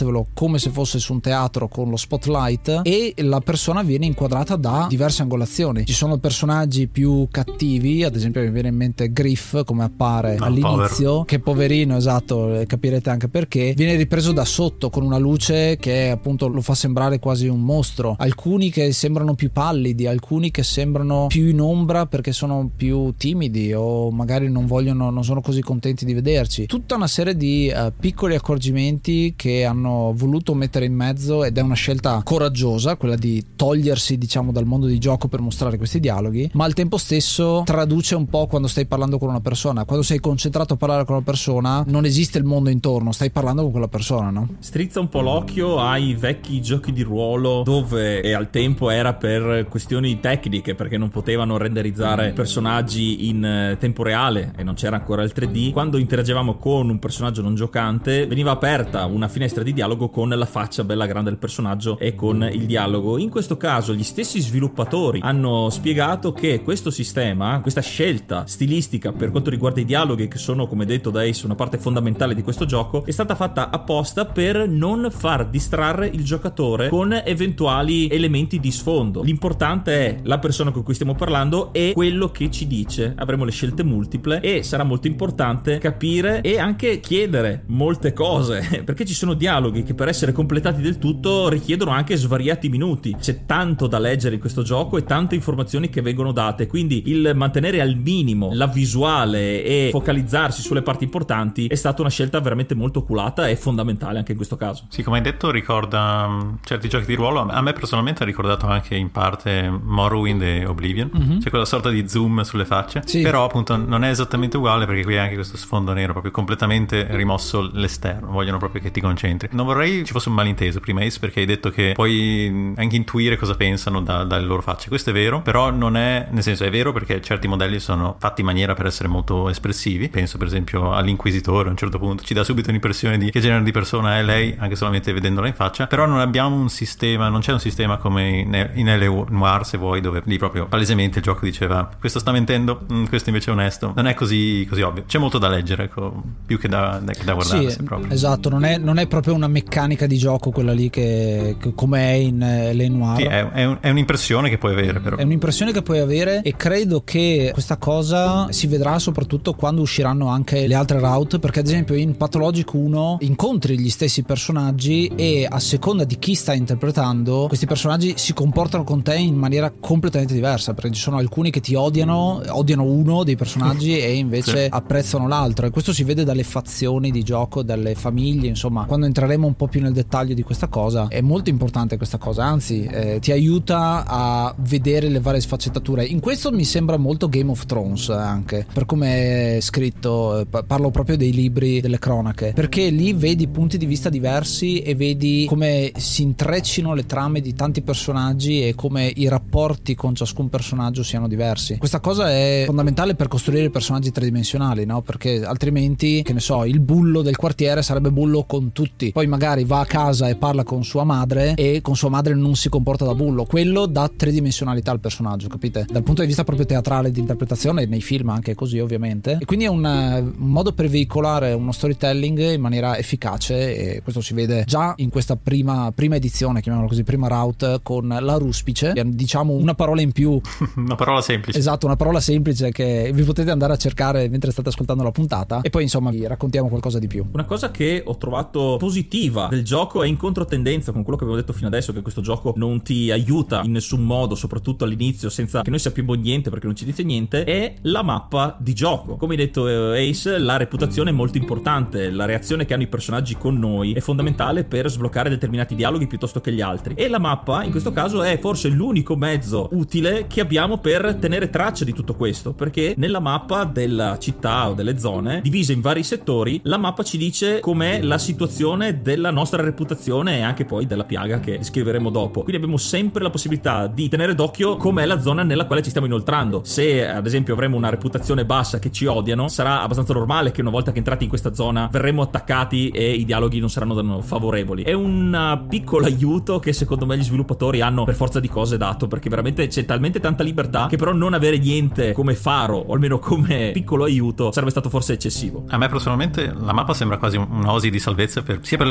immaginatevelo come se fosse su un teatro con lo spotlight, e la persona viene inquadrata da diverse angolazioni. Ci sono personaggi più cattivi, ad esempio mi viene in mente Griff come appare all'inizio, povero. Che poverino, esatto, capirete anche perché, viene ripreso da sotto con una luce che appunto lo fa sembrare quasi un mostro, alcuni che sembrano più pallidi, alcuni che sembrano più in ombra perché sono più timidi o magari non sono così contenti di vederci. Tutta una serie di piccoli accorgimenti che hanno voluto mettere in mezzo, ed è una scelta coraggiosa quella di togliersi, diciamo, dal mondo di gioco per mostrare questi dialoghi, ma al tempo stesso traduce un po' quando stai parlando con una persona. Quando sei concentrato a parlare con una persona non esiste il mondo intorno, stai parlando con quella persona, no? Strizza un po' l'occhio ai vecchi giochi di ruolo dove, e al tempo era per questioni tecniche, perché non potevano renderizzare personaggi in tempo reale e non c'era ancora il 3D, quando interagivamo con un personaggio non giocante veniva aperta una finestra di dialogo con la faccia bella grande del personaggio e con il dialogo. In questo caso gli stessi sviluppatori hanno spiegato che questo sistema, questa scelta stilistica per quanto riguarda i dialoghi, che sono, come detto da Ace, una parte fondamentale di questo gioco, è stata fatta apposta per non far distrarre il giocatore con eventuali elementi di sfondo. L'importante è la persona con cui stiamo parlando e quello che ci dice. Avremo le scelte multiple e sarà molto importante capire e anche chiedere molte cose, perché ci sono dialoghi che per essere completati del tutto richiedono anche svariati minuti. C'è tanto da leggere in questo gioco e tante informazioni che vengono date, quindi il mantenere al minimo la visuale e focalizzarsi sulle parti importanti è stata una scelta veramente molto oculata e fondamentale anche in questo caso. Sì, come hai detto, ricorda certi giochi di ruolo. A me personalmente ha ricordato anche in parte Morrowind e Oblivion. C'è quella sorta di zoom sulle facce, sì. Però appunto non è esattamente uguale, perché qui è anche questo sfondo nero proprio completamente rimosso l'esterno, vogliono proprio che ti concentri. Non vorrei ci fosse un malinteso prima, Ace, perché hai detto che puoi anche intuire cosa pensano dalle loro facce. Questo è vero, però non è, nel senso, è vero perché certi modelli sono fatti in maniera per essere molto espressivi. Penso per esempio all'Inquisitore, a un certo punto ci dà subito un'impressione di che genere di persona è lei anche solamente vedendola in faccia. Però non abbiamo un sistema, non c'è un sistema come in L.A. Noire, se vuoi, dove lì proprio palesemente il gioco diceva questo sta mentendo, questo invece è onesto. Non è così ovvio, c'è molto da leggere, ecco, più che da guardare. Sì, esatto, non è proprio una meccanica di gioco quella lì che come è in L.A. Noire. Sì, è un'impressione che puoi avere, però. È un'impressione che puoi avere, e credo che questa cosa si vedrà soprattutto quando usciranno anche le altre route, perché ad esempio in Pathologic 1 incontri gli stessi personaggi e a seconda di chi stai interpretando questi personaggi si comportano con te in maniera completamente diversa, perché ci sono alcuni che ti odiano uno dei personaggi e invece sì, apprezzano l'altro, e questo si vede dalle fazioni di gioco, dalle famiglie, insomma. Quando entreremo un po' più nel dettaglio di questa cosa è molto importante questa cosa, anzi ti aiuta a vedere le varie sfaccettature. In questo mi sembra molto Game of Thrones, anche per come è scritto, parlo proprio dei libri, delle cronache, perché lì vedi punti di vista diversi e vedi come si intreccino le trame di tanti personaggi e come i rapporti con ciascun personaggio siano diversi. Questa cosa è fondamentale per costruire personaggi tridimensionali, no? Perché altrimenti, che ne so, il bullo del quartiere sarebbe bullo con tutti, poi magari va a casa e parla con sua madre e con sua madre non si comporta da bullo. Quello dà tridimensionalità al personaggio, capite? Dal punto di vista proprio teatrale, di interpretazione, nei film anche così ovviamente, e quindi è un modo per veicolare uno storytelling in maniera efficace, e questo si vede già in questa prima edizione, chiamiamola così, prima route, con la ruspice, diciamo una parola in più. Una parola semplice. Esatto, una parola semplice che vi potete andare a cercare mentre state ascoltando la puntata, e poi insomma vi raccontiamo qualcosa di più. Una cosa che ho trovato positiva del gioco è in controtendenza con quello che avevo detto fino adesso, che questo gioco non ti aiuta in nessun modo, soprattutto all'inizio, senza che noi sappiamo niente, perché non ci dice niente, è la mappa di gioco. Come hai detto Ace, la reputazione è molto importante, la reazione che hanno i personaggi con noi è fondamentale per sbloccare determinati dialoghi piuttosto che gli altri, e la mappa in questo caso è forse l'unico mezzo utile che abbiamo per tenere traccia di tutto questo, perché nella mappa della città o delle zone divise in vari settori, la mappa ci dice com'è la situazione della nostra reputazione e anche poi della piaga che descriveremo dopo. Quindi abbiamo sempre la possibilità di tenere d'occhio com'è la zona nella quale ci stiamo inoltrando. Se ad esempio avremo una reputazione bassa, che ci odiano, sarà abbastanza normale che una volta che entrati in questa zona verremo attaccati e i dialoghi non saranno favorevoli. È un piccolo aiuto che secondo me gli sviluppatori hanno per forza di cose dato, perché veramente c'è talmente tanta libertà che però non avere niente come faro, o almeno come piccolo aiuto, sarebbe stato forse eccessivo. A me personalmente la mappa sembra quasi un'oasi di salvezza sia per le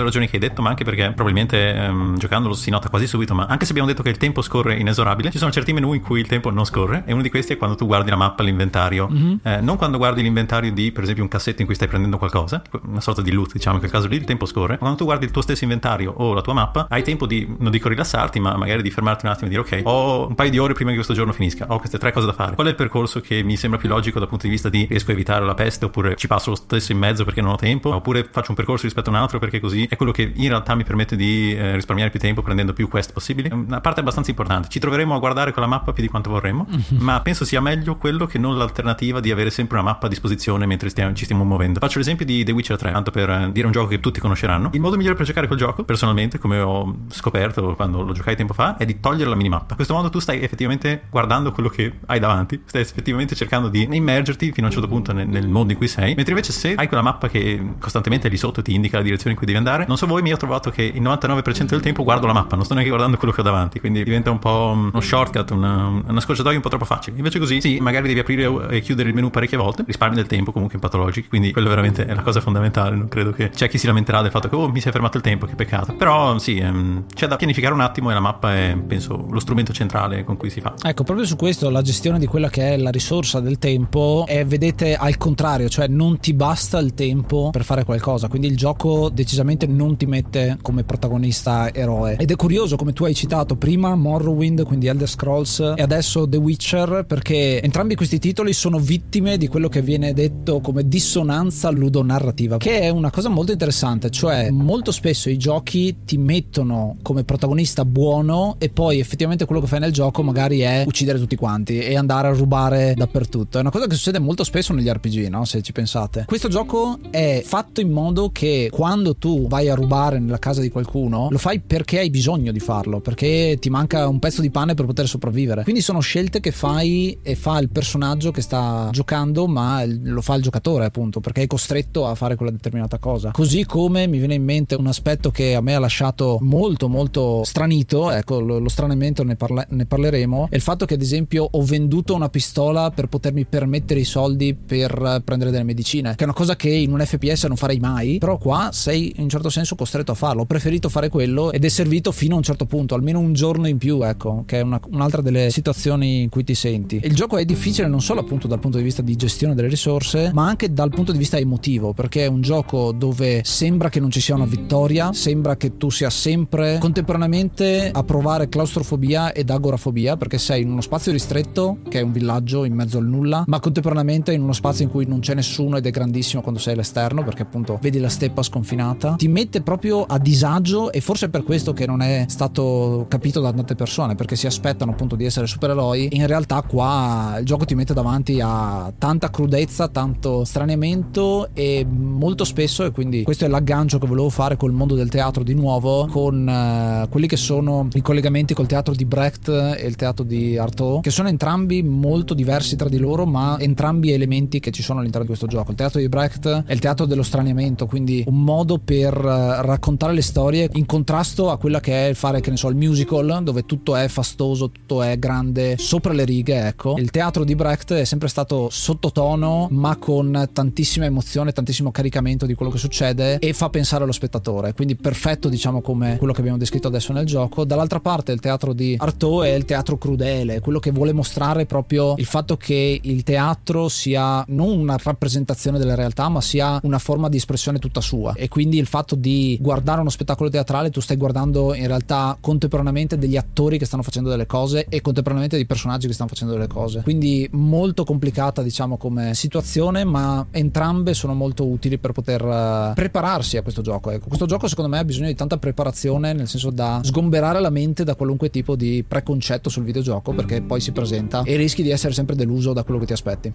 le ragioni che hai detto, ma anche perché probabilmente giocandolo si nota quasi subito, ma anche se abbiamo detto che il tempo scorre inesorabile, ci sono certi menu in cui il tempo non scorre, e uno di questi è quando tu guardi la mappa, l'inventario, non quando guardi l'inventario di, per esempio, un cassetto in cui stai prendendo qualcosa, una sorta di loot, diciamo, in quel caso lì il tempo scorre. Quando tu guardi il tuo stesso inventario o la tua mappa, hai tempo di, non dico rilassarti, ma magari di fermarti un attimo e dire ok, ho un paio di ore prima che questo giorno finisca, ho queste 3 cose da fare, qual è il percorso che mi sembra più logico dal punto di vista di riesco a evitare la peste, oppure ci passo lo stesso in mezzo perché non ho tempo, oppure faccio un percorso rispetto a un altro perché così è quello che in realtà mi permette di risparmiare più tempo prendendo più quest possibili. Una parte abbastanza importante. Ci troveremo a guardare quella mappa più di quanto vorremmo, ma penso sia meglio quello che non l'alternativa di avere sempre una mappa a disposizione mentre ci stiamo muovendo. Faccio l'esempio di The Witcher 3, tanto per dire un gioco che tutti conosceranno. Il modo migliore per giocare quel gioco, personalmente, come ho scoperto quando lo giocai tempo fa, è di togliere la minimappa. In questo modo tu stai effettivamente guardando quello che hai davanti, stai effettivamente cercando di immergerti fino a un certo punto nel mondo in cui sei, mentre invece se hai quella mappa che costantemente lì sotto ti indica la direzione in cui devi andare, non so voi, mi ho trovato che il 99% del tempo guardo la mappa, non sto neanche guardando quello che ho davanti, quindi diventa un po' uno shortcut, una scorciatoia un po' troppo facile. Invece così, sì, magari devi aprire e chiudere il menu parecchie volte, risparmi del tempo comunque in Pathologic, quindi quello veramente è la cosa fondamentale. Non credo che c'è chi si lamenterà del fatto che mi si è fermato il tempo, che peccato. Però sì, c'è da pianificare un attimo e la mappa è, penso, lo strumento centrale con cui si fa. Ecco, proprio su questo, la gestione di quella che è la risorsa del tempo è, vedete, al contrario, cioè non ti basta il tempo per fare qualcosa, quindi il gioco decisamente non ti mette come protagonista eroe. Ed è curioso, come tu hai citato prima Morrowind, quindi Elder Scrolls, e adesso The Witcher, perché entrambi questi titoli sono vittime di quello che viene detto come dissonanza ludonarrativa, che è una cosa molto interessante. Cioè molto spesso i giochi ti mettono come protagonista buono e poi effettivamente quello che fai nel gioco magari è uccidere tutti quanti e andare a rubare dappertutto. È una cosa che succede molto spesso negli RPG, no? Se ci pensate, questo gioco è fatto in modo che quando tu vai a rubare nella casa di qualcuno lo fai perché hai bisogno di farlo, perché ti manca un pezzo di pane per poter sopravvivere. Quindi sono scelte che fai e fa il personaggio che sta giocando, ma lo fa il giocatore, appunto, perché è costretto a fare quella determinata cosa. Così come mi viene in mente un aspetto che a me ha lasciato molto molto stranito, ecco, lo stranamento ne parleremo, è il fatto che ad esempio ho venduto una pistola per potermi permettere i soldi per prendere delle medicine, che è una cosa che in un FPS non farei mai, però qua sei in un certo senso costretto a farlo. Ho preferito fare quello ed è servito fino a un certo punto, almeno un giorno in più, ecco, che è un'altra delle situazioni in cui ti senti. Il gioco è difficile non solo appunto dal punto di vista di gestione delle risorse, ma anche dal punto di vista emotivo, perché è un gioco dove sembra che non ci sia una vittoria, sembra che tu sia sempre contemporaneamente a provare claustrofobia ed agorafobia, perché sei in uno spazio ristretto che è un villaggio in mezzo al nulla, ma contemporaneamente in uno spazio in cui non c'è nessuno ed è grandissimo quando sei all'esterno, perché appunto vedi la steppa sconfinata. Ti mette proprio a disagio, e forse è per questo che non è stato capito da tante persone, perché si aspettano appunto di essere supereroi. In realtà qua il gioco ti mette davanti a tanta crudezza, tanto straniamento, e molto spesso, e quindi questo è l'aggancio che volevo fare col mondo del teatro di nuovo, con quelli che sono i collegamenti col teatro di Brecht e il teatro di Artaud, che sono entrambi molto diversi tra di loro, ma entrambi elementi che ci sono all'interno di questo gioco. Il teatro di Brecht è il teatro dello straniamento, quindi un modo per raccontare le storie in contrasto a quella che è il fare, che ne so, il musical, dove tutto è fastoso, tutto è grande, sopra le righe, ecco. Il teatro di Brecht è sempre stato sottotono, ma con tantissima emozione, tantissimo caricamento di quello che succede, e fa pensare allo spettatore, quindi perfetto, diciamo, come quello che abbiamo descritto adesso nel gioco. Dall'altra parte il teatro di Artaud è il teatro crudele, quello che vuole mostrare proprio il fatto che il teatro sia non una rappresentazione della realtà, ma sia una forma di espressione tutta sua, e quindi il fatto di guardare uno spettacolo teatrale, tu stai guardando in realtà contemporaneamente degli attori che stanno facendo delle cose e contemporaneamente dei personaggi che stanno facendo delle cose, quindi molto complicata, diciamo, come situazione, ma entrambe sono molto utili per poter prepararsi a questo gioco. Ecco, questo gioco secondo me ha bisogno di tanta preparazione, nel senso da sgomberare la mente da qualunque tipo di preconcetto sul videogioco, perché poi si presenta e rischi di essere sempre deluso da quello che ti aspetti.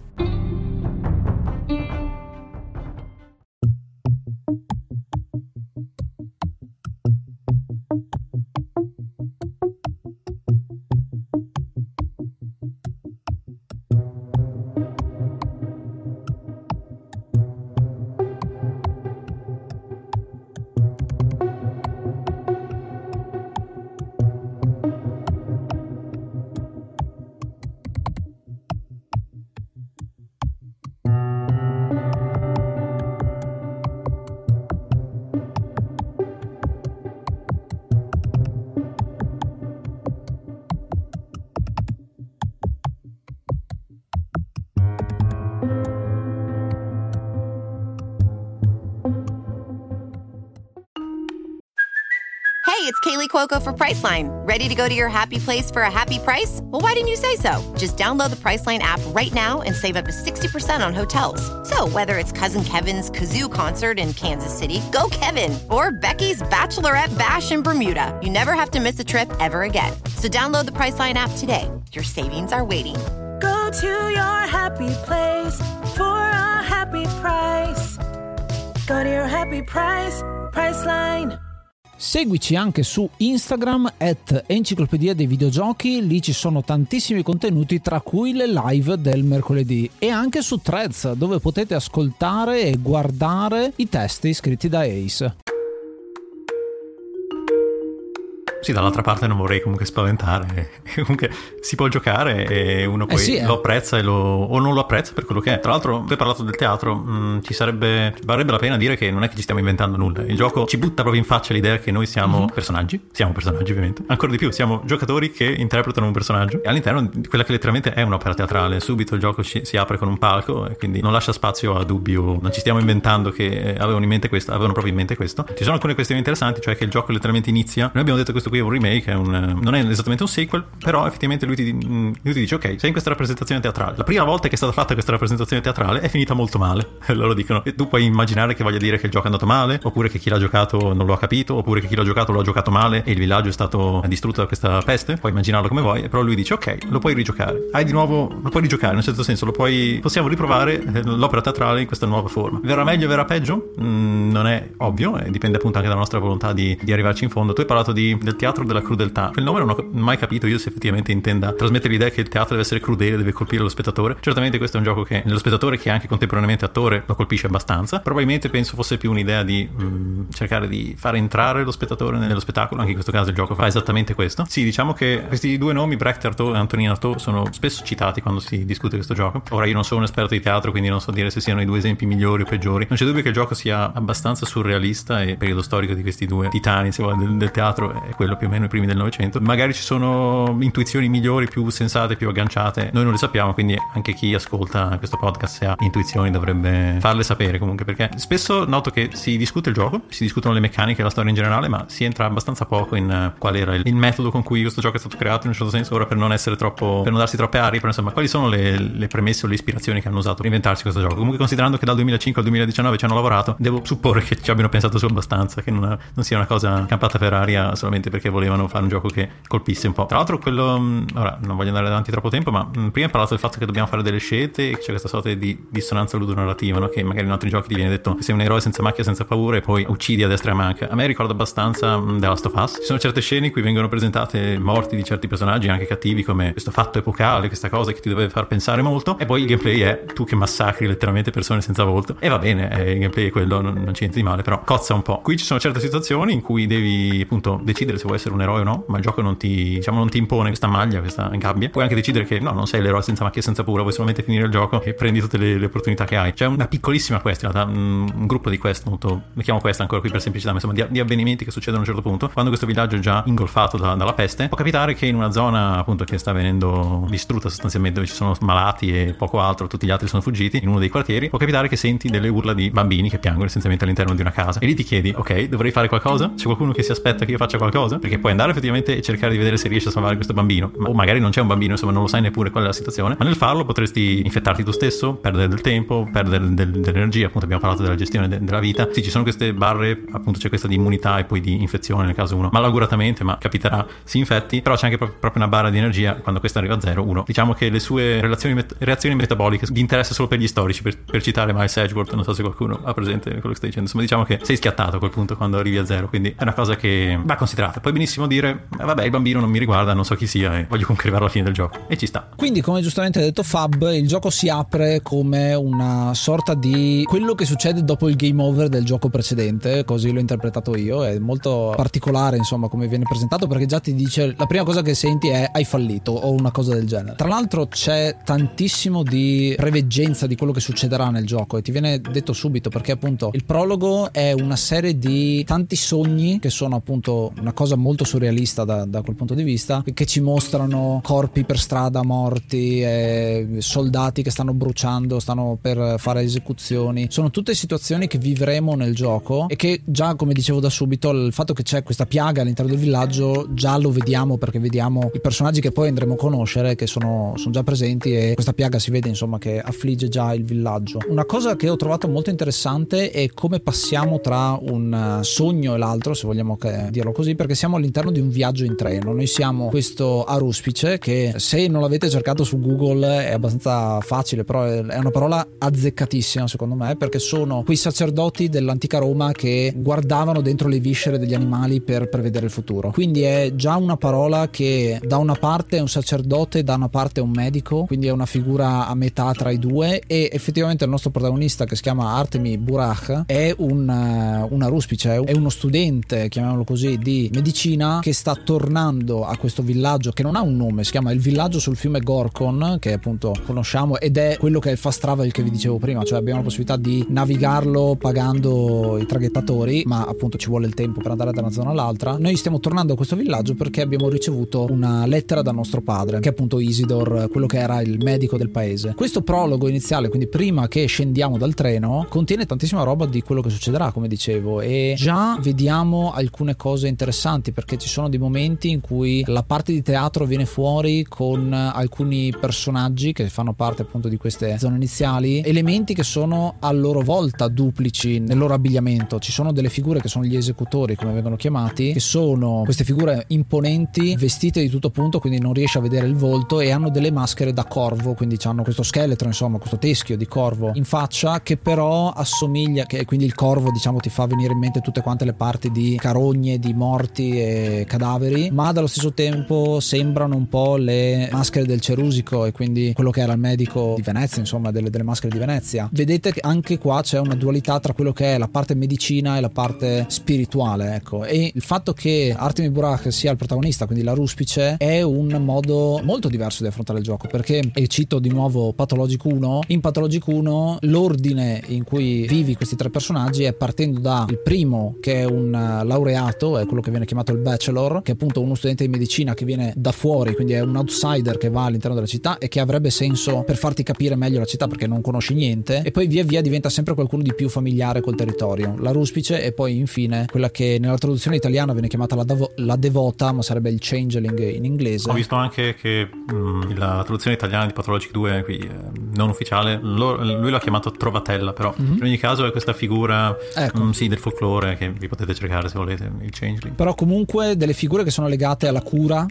it's Kaylee Cuoco for Priceline. Ready to go to your happy place for a happy price? Well, why didn't you say so? Just download the Priceline app right now and save up to 60% on hotels. So whether it's Cousin Kevin's Kazoo Concert in Kansas City, go Kevin, or Becky's Bachelorette Bash in Bermuda, you never have to miss a trip ever again. So download the Priceline app today. Your savings are waiting. Go to your happy place for a happy price. Go to your happy price, Priceline. Seguici anche su Instagram @enciclopedia dei videogiochi, lì ci sono tantissimi contenuti tra cui le live del mercoledì, e anche su Threads dove potete ascoltare e guardare i testi scritti da Ace. Sì, dall'altra parte non vorrei comunque spaventare. Comunque si può giocare e uno poi lo apprezza o non lo apprezza per quello che è. Tra l'altro, tu hai parlato del teatro, varrebbe la pena dire che non è che ci stiamo inventando nulla. Il gioco ci butta proprio in faccia l'idea che noi siamo personaggi ovviamente. Ancora di più, siamo giocatori che interpretano un personaggio all'interno di quella che letteralmente è un'opera teatrale. Subito il gioco si apre con un palco e quindi non lascia spazio a dubbi, non ci stiamo inventando che avevano proprio in mente questo. Ci sono alcune questioni interessanti, cioè che il gioco letteralmente inizia. Noi abbiamo detto che questo qui è un remake, non è esattamente un sequel, però effettivamente lui ti dice: ok, sei in questa rappresentazione teatrale, la prima volta che è stata fatta questa rappresentazione teatrale è finita molto male. Loro dicono, e tu puoi immaginare che voglia dire che il gioco è andato male, oppure che chi l'ha giocato non lo ha capito, oppure che chi l'ha giocato male e il villaggio è stato distrutto da questa peste. Puoi immaginarlo come vuoi, però lui dice: ok, lo puoi rigiocare, lo puoi rigiocare, nel certo senso possiamo riprovare l'opera teatrale in questa nuova forma. Verrà meglio, verrà peggio? Non è ovvio, dipende appunto anche dalla nostra volontà di arrivarci in fondo. Tu hai parlato del teatro della crudeltà. Quel nome non ho mai capito io se effettivamente intenda trasmettere l'idea che il teatro deve essere crudele, deve colpire lo spettatore. Certamente questo è un gioco che nello spettatore, che è anche contemporaneamente attore, lo colpisce abbastanza. Probabilmente penso fosse più un'idea di cercare di far entrare lo spettatore nello spettacolo. Anche in questo caso il gioco fa esattamente questo. Sì, diciamo che questi due nomi, Brecht Artaud e Antonin Artaud, sono spesso citati quando si discute questo gioco. Ora io non sono un esperto di teatro, quindi non so dire se siano i due esempi migliori o peggiori. Non c'è dubbio che il gioco sia abbastanza surrealista, e il periodo storico di questi due titani, se vuole, del teatro è quello più o meno i primi del Novecento. Magari ci sono intuizioni migliori, più sensate, più agganciate, noi non le sappiamo, quindi anche chi ascolta questo podcast, se ha intuizioni, dovrebbe farle sapere comunque, perché spesso noto che si discute il gioco, si discutono le meccaniche e la storia in generale, ma si entra abbastanza poco in qual era il metodo con cui questo gioco è stato creato, in un certo senso. Ora, per non darsi troppe arie, però insomma, quali sono le premesse o le ispirazioni che hanno usato per inventarsi questo gioco? Comunque, considerando che dal 2005 al 2019 ci hanno lavorato, devo supporre che ci abbiano pensato su abbastanza, che non sia una cosa campata per aria solamente perché volevano fare un gioco che colpisse un po'. Tra l'altro ora non voglio andare avanti troppo tempo, ma prima hai parlato del fatto che dobbiamo fare delle scelte e c'è questa sorta di dissonanza ludonarrativa, no? Che magari in altri giochi ti viene detto che sei un eroe senza macchia, senza paura, e poi uccidi a destra e a manca. A me ricorda abbastanza The Last of Us. Ci sono certe scene in cui vengono presentate morti di certi personaggi, anche cattivi, come questo fatto epocale, questa cosa che ti deve far pensare molto, e poi il gameplay è tu che massacri letteralmente persone senza volto, e va bene, il gameplay è quello, non c'è niente di male, però cozza un po'. Qui ci sono certe situazioni in cui devi appunto decidere se vuoi essere un eroe o no, ma il gioco non ti impone questa maglia, questa gabbia. Puoi anche decidere che no, non sei l'eroe senza macchia e senza paura, vuoi solamente finire il gioco e prendi tutte le opportunità che hai. C'è una piccolissima quest, in realtà, un gruppo di quest, molto, ne chiamo quest ancora qui per semplicità, ma insomma di avvenimenti che succedono a un certo punto. Quando questo villaggio è già ingolfato dalla peste, può capitare che in una zona appunto che sta venendo distrutta sostanzialmente, dove ci sono malati e poco altro, tutti gli altri sono fuggiti, in uno dei quartieri, può capitare che senti delle urla di bambini che piangono essenzialmente all'interno di una casa, e lì ti chiedi: ok, dovrei fare qualcosa? C'è qualcuno che si aspetta che io faccia qualcosa? Perché puoi andare effettivamente e cercare di vedere se riesci a salvare questo bambino, o magari non c'è un bambino, insomma non lo sai neppure qual è la situazione, ma nel farlo potresti infettarti tu stesso, perdere del tempo, perdere dell'energia. Appunto abbiamo parlato della gestione della vita. Sì, ci sono queste barre, appunto c'è questa di immunità e poi di infezione nel caso uno malauguratamente, ma capiterà, si infetti, però c'è anche proprio una barra di energia quando questa arriva a zero. Uno, diciamo che le sue reazioni metaboliche di interesse solo per gli storici, per citare Miles Edgeworth, non so se qualcuno ha presente quello che stai dicendo, insomma diciamo che sei schiattato a quel punto quando arrivi a zero, quindi è una cosa che va considerata. Puoi benissimo dire vabbè, il bambino non mi riguarda, non so chi sia e voglio comunque arrivare alla fine del gioco, e ci sta. Quindi, come giustamente ha detto Fab, il gioco si apre come una sorta di quello che succede dopo il game over del gioco precedente, così l'ho interpretato io. È molto particolare insomma come viene presentato, perché già ti dice, la prima cosa che senti è hai fallito o una cosa del genere. Tra l'altro c'è tantissimo di preveggenza di quello che succederà nel gioco, e ti viene detto subito, perché appunto il prologo è una serie di tanti sogni che sono appunto una cosa cosa molto surrealista da quel punto di vista, che ci mostrano corpi per strada morti, soldati che stanno bruciando, stanno per fare esecuzioni. Sono tutte situazioni che vivremo nel gioco e che già, come dicevo da subito, il fatto che c'è questa piaga all'interno del villaggio già lo vediamo, perché vediamo i personaggi che poi andremo a conoscere che sono già presenti, e questa piaga si vede insomma che affligge già il villaggio. Una cosa che ho trovato molto interessante è come passiamo tra un sogno e l'altro, se vogliamo dirlo così, perché siamo all'interno di un viaggio in treno. Noi siamo questo aruspice che, se non l'avete cercato su Google, è abbastanza facile, però è una parola azzeccatissima secondo me, perché sono quei sacerdoti dell'antica Roma che guardavano dentro le viscere degli animali per prevedere il futuro. Quindi è già una parola che da una parte è un sacerdote, da una parte è un medico, quindi è una figura a metà tra i due, e effettivamente il nostro protagonista, che si chiama Artemi Burak, è un aruspice, è uno studente, chiamiamolo così, di medicina, che sta tornando a questo villaggio che non ha un nome, si chiama il villaggio sul fiume Gorkon, che appunto conosciamo, ed è quello che è il fast travel che vi dicevo prima, cioè abbiamo la possibilità di navigarlo pagando i traghettatori, ma appunto ci vuole il tempo per andare da una zona all'altra. Noi stiamo tornando a questo villaggio perché abbiamo ricevuto una lettera da nostro padre, che è appunto Isidor, quello che era il medico del paese. Questo prologo iniziale, quindi prima che scendiamo dal treno, contiene tantissima roba di quello che succederà, come dicevo, e già vediamo alcune cose interessanti, perché ci sono dei momenti in cui la parte di teatro viene fuori con alcuni personaggi che fanno parte appunto di queste zone iniziali, elementi che sono a loro volta duplici nel loro abbigliamento. Ci sono delle figure che sono gli esecutori, come vengono chiamati, che sono queste figure imponenti, vestite di tutto punto, quindi non riesce a vedere il volto, e hanno delle maschere da corvo, quindi hanno questo scheletro, insomma questo teschio di corvo in faccia, che però assomiglia, che quindi il corvo diciamo ti fa venire in mente tutte quante le parti di carogne, di morti e cadaveri, ma dallo stesso tempo sembrano un po' le maschere del Cerusico, e quindi quello che era il medico di Venezia, insomma delle maschere di Venezia. Vedete che anche qua c'è una dualità tra quello che è la parte medicina e la parte spirituale, ecco, e il fatto che Artemi Burak sia il protagonista, quindi la ruspice, è un modo molto diverso di affrontare il gioco, perché, e cito di nuovo Pathologic 1, in Pathologic 1 l'ordine in cui vivi questi tre personaggi è partendo da il primo, che è un laureato, è quello che viene chiamato il bachelor, che è appunto uno studente di medicina che viene da fuori, quindi è un outsider che va all'interno della città e che avrebbe senso per farti capire meglio la città, perché non conosci niente, e poi via via diventa sempre qualcuno di più familiare col territorio, la ruspice, e poi infine quella che nella traduzione italiana viene chiamata la devota, ma sarebbe il changeling in inglese. Ho visto anche che la traduzione italiana di Pathologic 2 qui non ufficiale, lui l'ha chiamato Trovatella, però in ogni caso è questa figura sì, del folklore, che vi potete cercare se volete, il changeling. Però comunque delle figure che sono legate alla cura,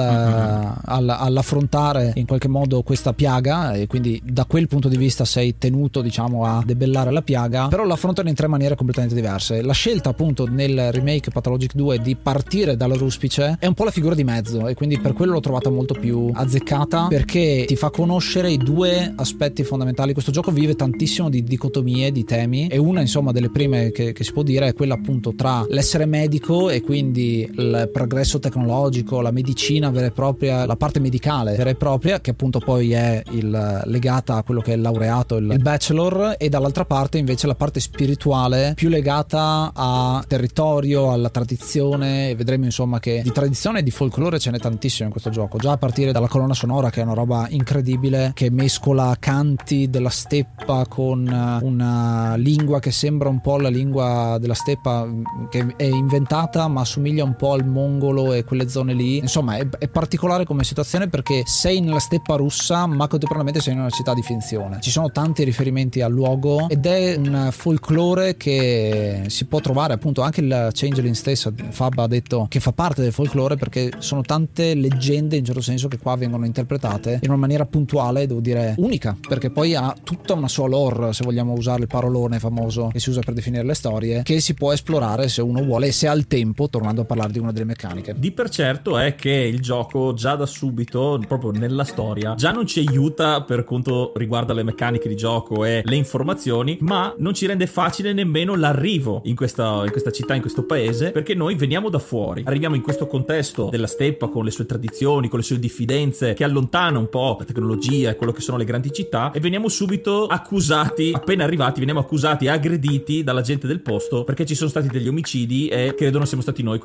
all'affrontare in qualche modo questa piaga, e quindi da quel punto di vista sei tenuto diciamo a debellare la piaga, però l'affrontano in tre maniere completamente diverse. La scelta appunto nel remake Pathologic 2 di partire dalla ruspice è un po' la figura di mezzo, e quindi per quello l'ho trovata molto più azzeccata, perché ti fa conoscere i due aspetti fondamentali. Questo gioco vive tantissimo di dicotomie, di temi, e una insomma delle prime che si può dire è quella appunto tra l'essere medico e quindi il progresso tecnologico, la medicina vera e propria, la parte medicale vera e propria, che appunto poi è legata a quello che è il laureato, il bachelor, e dall'altra parte invece la parte spirituale più legata a territorio, alla tradizione, e vedremo insomma che di tradizione e di folklore ce n'è tantissimo in questo gioco, già a partire dalla colonna sonora, che è una roba incredibile, che mescola canti della steppa con una lingua che sembra un po' la lingua della steppa, che è inventata ma assomiglia un po' al mongolo e quelle zone lì. Insomma è particolare come situazione, perché sei nella steppa russa ma contemporaneamente sei in una città di finzione, ci sono tanti riferimenti al luogo, ed è un folklore che si può trovare appunto anche il Changeling stesso. Fab ha detto che fa parte del folklore, perché sono tante leggende in certo senso che qua vengono interpretate in una maniera puntuale, devo dire unica, perché poi ha tutta una sua lore, se vogliamo usare il parolone famoso che si usa per definire le storie, che si può esplorare se uno vuole e se ha il tempo, tornando a parlare di una delle meccaniche. Di per certo è che il gioco già da subito, proprio nella storia, già non ci aiuta per quanto riguarda le meccaniche di gioco e le informazioni, ma non ci rende facile nemmeno l'arrivo in questa città, in questo paese, perché noi veniamo da fuori, arriviamo in questo contesto della steppa con le sue tradizioni, con le sue diffidenze, che allontana un po' la tecnologia e quello che sono le grandi città, e veniamo subito accusati, appena arrivati veniamo accusati e aggrediti dalla gente del posto, perché ci sono stati degli omicidi e credono siamo stati noi, quindi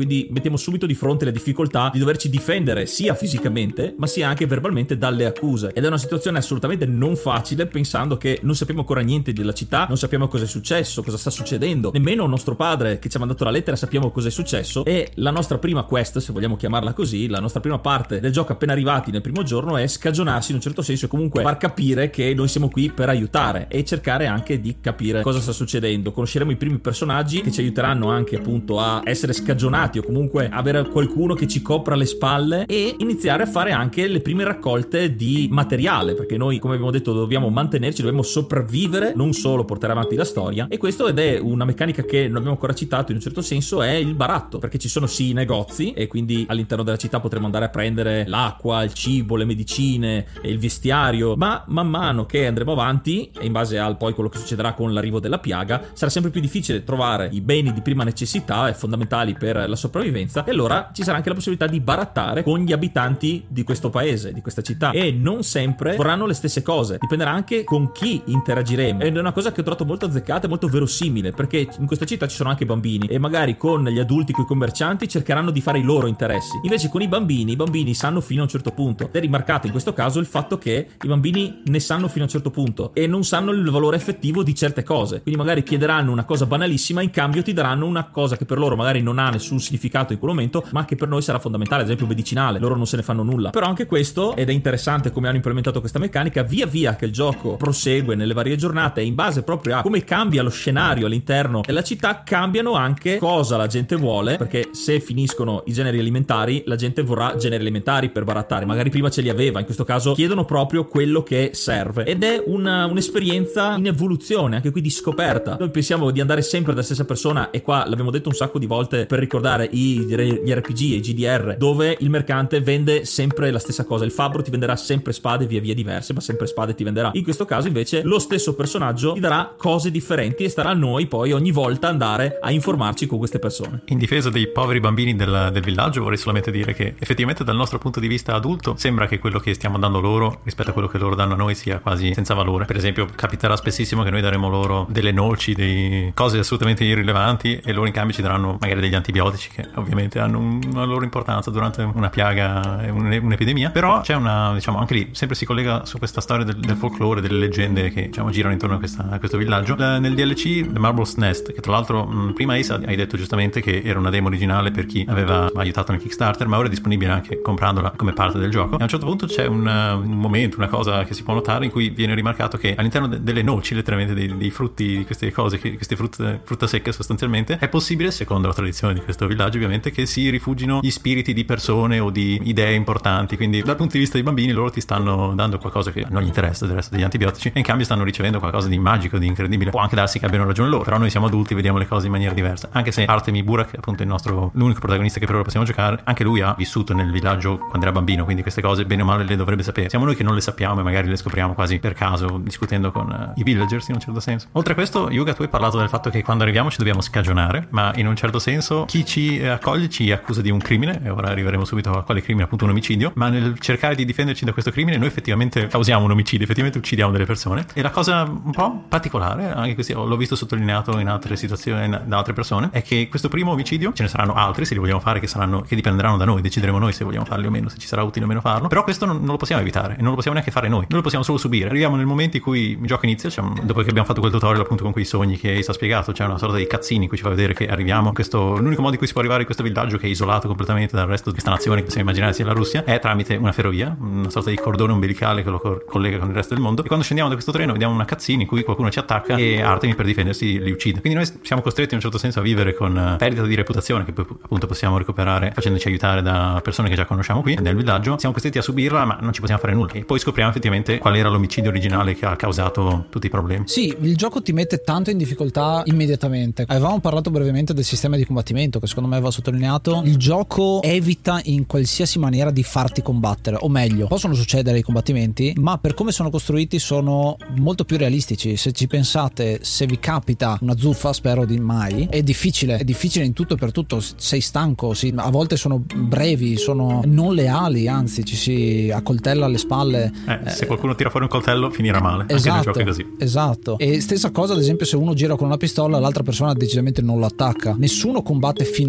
quindi mettiamo subito di fronte la difficoltà di doverci difendere sia fisicamente ma sia anche verbalmente dalle accuse, ed è una situazione assolutamente non facile, pensando che non sappiamo ancora niente della città, non sappiamo cosa è successo, cosa sta succedendo, nemmeno nostro padre che ci ha mandato la lettera sappiamo cosa è successo, e la nostra prima quest, se vogliamo chiamarla così, la nostra prima parte del gioco appena arrivati nel primo giorno è scagionarsi in un certo senso e comunque far capire che noi siamo qui per aiutare e cercare anche di capire cosa sta succedendo. Conosceremo i primi personaggi che ci aiuteranno anche appunto a essere scagionati o comunque avere qualcuno che ci copra le spalle e iniziare a fare anche le prime raccolte di materiale, perché noi, come abbiamo detto, dobbiamo mantenerci, dobbiamo sopravvivere, non solo portare avanti la storia. E questo, ed è una meccanica che non abbiamo ancora citato in un certo senso, è il baratto, perché ci sono sì i negozi e quindi all'interno della città potremo andare a prendere l'acqua, il cibo, le medicine e il vestiario, ma man mano che andremo avanti e in base al poi quello che succederà con l'arrivo della piaga sarà sempre più difficile trovare i beni di prima necessità e fondamentali per la sopravvivenza, e allora ci sarà anche la possibilità di barattare con gli abitanti di questo paese, di questa città, e non sempre vorranno le stesse cose, dipenderà anche con chi interagiremo, ed è una cosa che ho trovato molto azzeccata e molto verosimile, perché in questa città ci sono anche bambini e magari con gli adulti, con i commercianti cercheranno di fare i loro interessi, invece con i bambini sanno fino a un certo punto, ed è rimarcato in questo caso il fatto che i bambini ne sanno fino a un certo punto e non sanno il valore effettivo di certe cose, quindi magari chiederanno una cosa banalissima, in cambio ti daranno una cosa che per loro magari non ha nessun significato in quel momento ma che per noi sarà fondamentale, ad esempio medicinale, loro non se ne fanno nulla. Però anche questo, ed è interessante come hanno implementato questa meccanica, via via che il gioco prosegue nelle varie giornate, in base proprio a come cambia lo scenario all'interno della città, cambiano anche cosa la gente vuole, perché se finiscono i generi alimentari la gente vorrà generi alimentari per barattare, magari prima ce li aveva, in questo caso chiedono proprio quello che serve, ed è un'esperienza in evoluzione, anche qui di scoperta. Noi pensiamo di andare sempre dalla stessa persona, e qua l'abbiamo detto un sacco di volte per ricordare gli RPG e i GDR, dove il mercante vende sempre la stessa cosa, il fabbro ti venderà sempre spade via via diverse, ma sempre spade ti venderà. In questo caso invece lo stesso personaggio ti darà cose differenti e starà a noi poi ogni volta andare a informarci con queste persone. In difesa dei poveri bambini del villaggio vorrei solamente dire che effettivamente dal nostro punto di vista adulto sembra che quello che stiamo dando loro rispetto a quello che loro danno a noi sia quasi senza valore. Per esempio capiterà spessissimo che noi daremo loro delle noci, delle cose assolutamente irrilevanti, e loro in cambio ci daranno magari degli antibiotici che ovviamente hanno una loro importanza durante una piaga e un'epidemia. Però c'è una, diciamo, anche lì sempre si collega su questa storia del folklore, delle leggende che, diciamo, girano intorno a questo villaggio. Nel DLC The Marble's Nest, che tra l'altro prima Ace hai detto giustamente che era una demo originale per chi aveva aiutato nel Kickstarter, ma ora è disponibile anche comprandola come parte del gioco, e a un certo punto c'è un momento, una cosa che si può notare in cui viene rimarcato che all'interno delle noci, letteralmente dei frutti, di queste cose, queste frutta secche sostanzialmente, è possibile, secondo la tradizione di questo villaggio ovviamente, che si rifugino gli spiriti di persone o di idee importanti. Quindi dal punto di vista dei bambini loro ti stanno dando qualcosa che non gli interessa del resto degli antibiotici, e in cambio stanno ricevendo qualcosa di magico, di incredibile. Può anche darsi che abbiano ragione loro, però noi siamo adulti, vediamo le cose in maniera diversa. Anche se Artemi Burak, appunto l'unico protagonista che per ora possiamo giocare, anche lui ha vissuto nel villaggio quando era bambino, quindi queste cose bene o male le dovrebbe sapere. Siamo noi che non le sappiamo e magari le scopriamo quasi per caso discutendo con i villagers in un certo senso. Oltre a questo, Yuga, tu hai parlato del fatto che quando arriviamo ci dobbiamo scagionare, ma in un certo senso chi ci accoglie ci accusa di un crimine, e ora arriveremo subito a quale crimine, appunto un omicidio, ma nel cercare di difenderci da questo crimine noi effettivamente causiamo un omicidio, effettivamente uccidiamo delle persone. E la cosa un po' particolare, anche questo l'ho visto sottolineato in altre situazioni da altre persone, è che questo primo omicidio, ce ne saranno altri se li vogliamo fare, che dipenderanno da noi, decideremo noi se vogliamo farli o meno, se ci sarà utile o meno farlo, però questo non lo possiamo evitare e non lo possiamo neanche fare noi lo possiamo solo subire. Arriviamo nel momento in cui il gioco inizia, dopo che abbiamo fatto quel tutorial appunto con quei sogni che Ace ha spiegato, c'è una sorta di cutscene in cui ci fa vedere che arriviamo l'unico modo in cui si può arrivare in questo villaggio, che è isolato completamente dal resto di questa nazione che possiamo immaginare sia la Russia, è tramite una ferrovia, una sorta di cordone umbilicale che lo collega con il resto del mondo. E quando scendiamo da questo treno vediamo una cutscene in cui qualcuno ci attacca e Artemi per difendersi li uccide. Quindi noi siamo costretti in un certo senso a vivere con perdita di reputazione, che poi appunto possiamo recuperare facendoci aiutare da persone che già conosciamo qui nel villaggio. Siamo costretti a subirla, ma non ci possiamo fare nulla, e poi scopriamo effettivamente qual era l'omicidio originale che ha causato tutti i problemi. Sì, il gioco ti mette tanto in difficoltà immediatamente. Avevamo parlato brevemente del sistema di combattimento, che secondo me va sottolineato. Il gioco evita in qualsiasi maniera di farti combattere, o meglio, possono succedere i combattimenti, ma per come sono costruiti sono molto più realistici. Se ci pensate, se vi capita una zuffa, spero di mai, è difficile in tutto e per tutto, sei stanco, a volte sono brevi, sono non leali, anzi ci si accoltella alle spalle. Se qualcuno tira fuori un coltello finirà male, esatto, anche nel gioco è così. Esatto. E stessa cosa ad esempio se uno gira con una pistola, l'altra persona decisamente non lo attacca. Nessuno combatte fino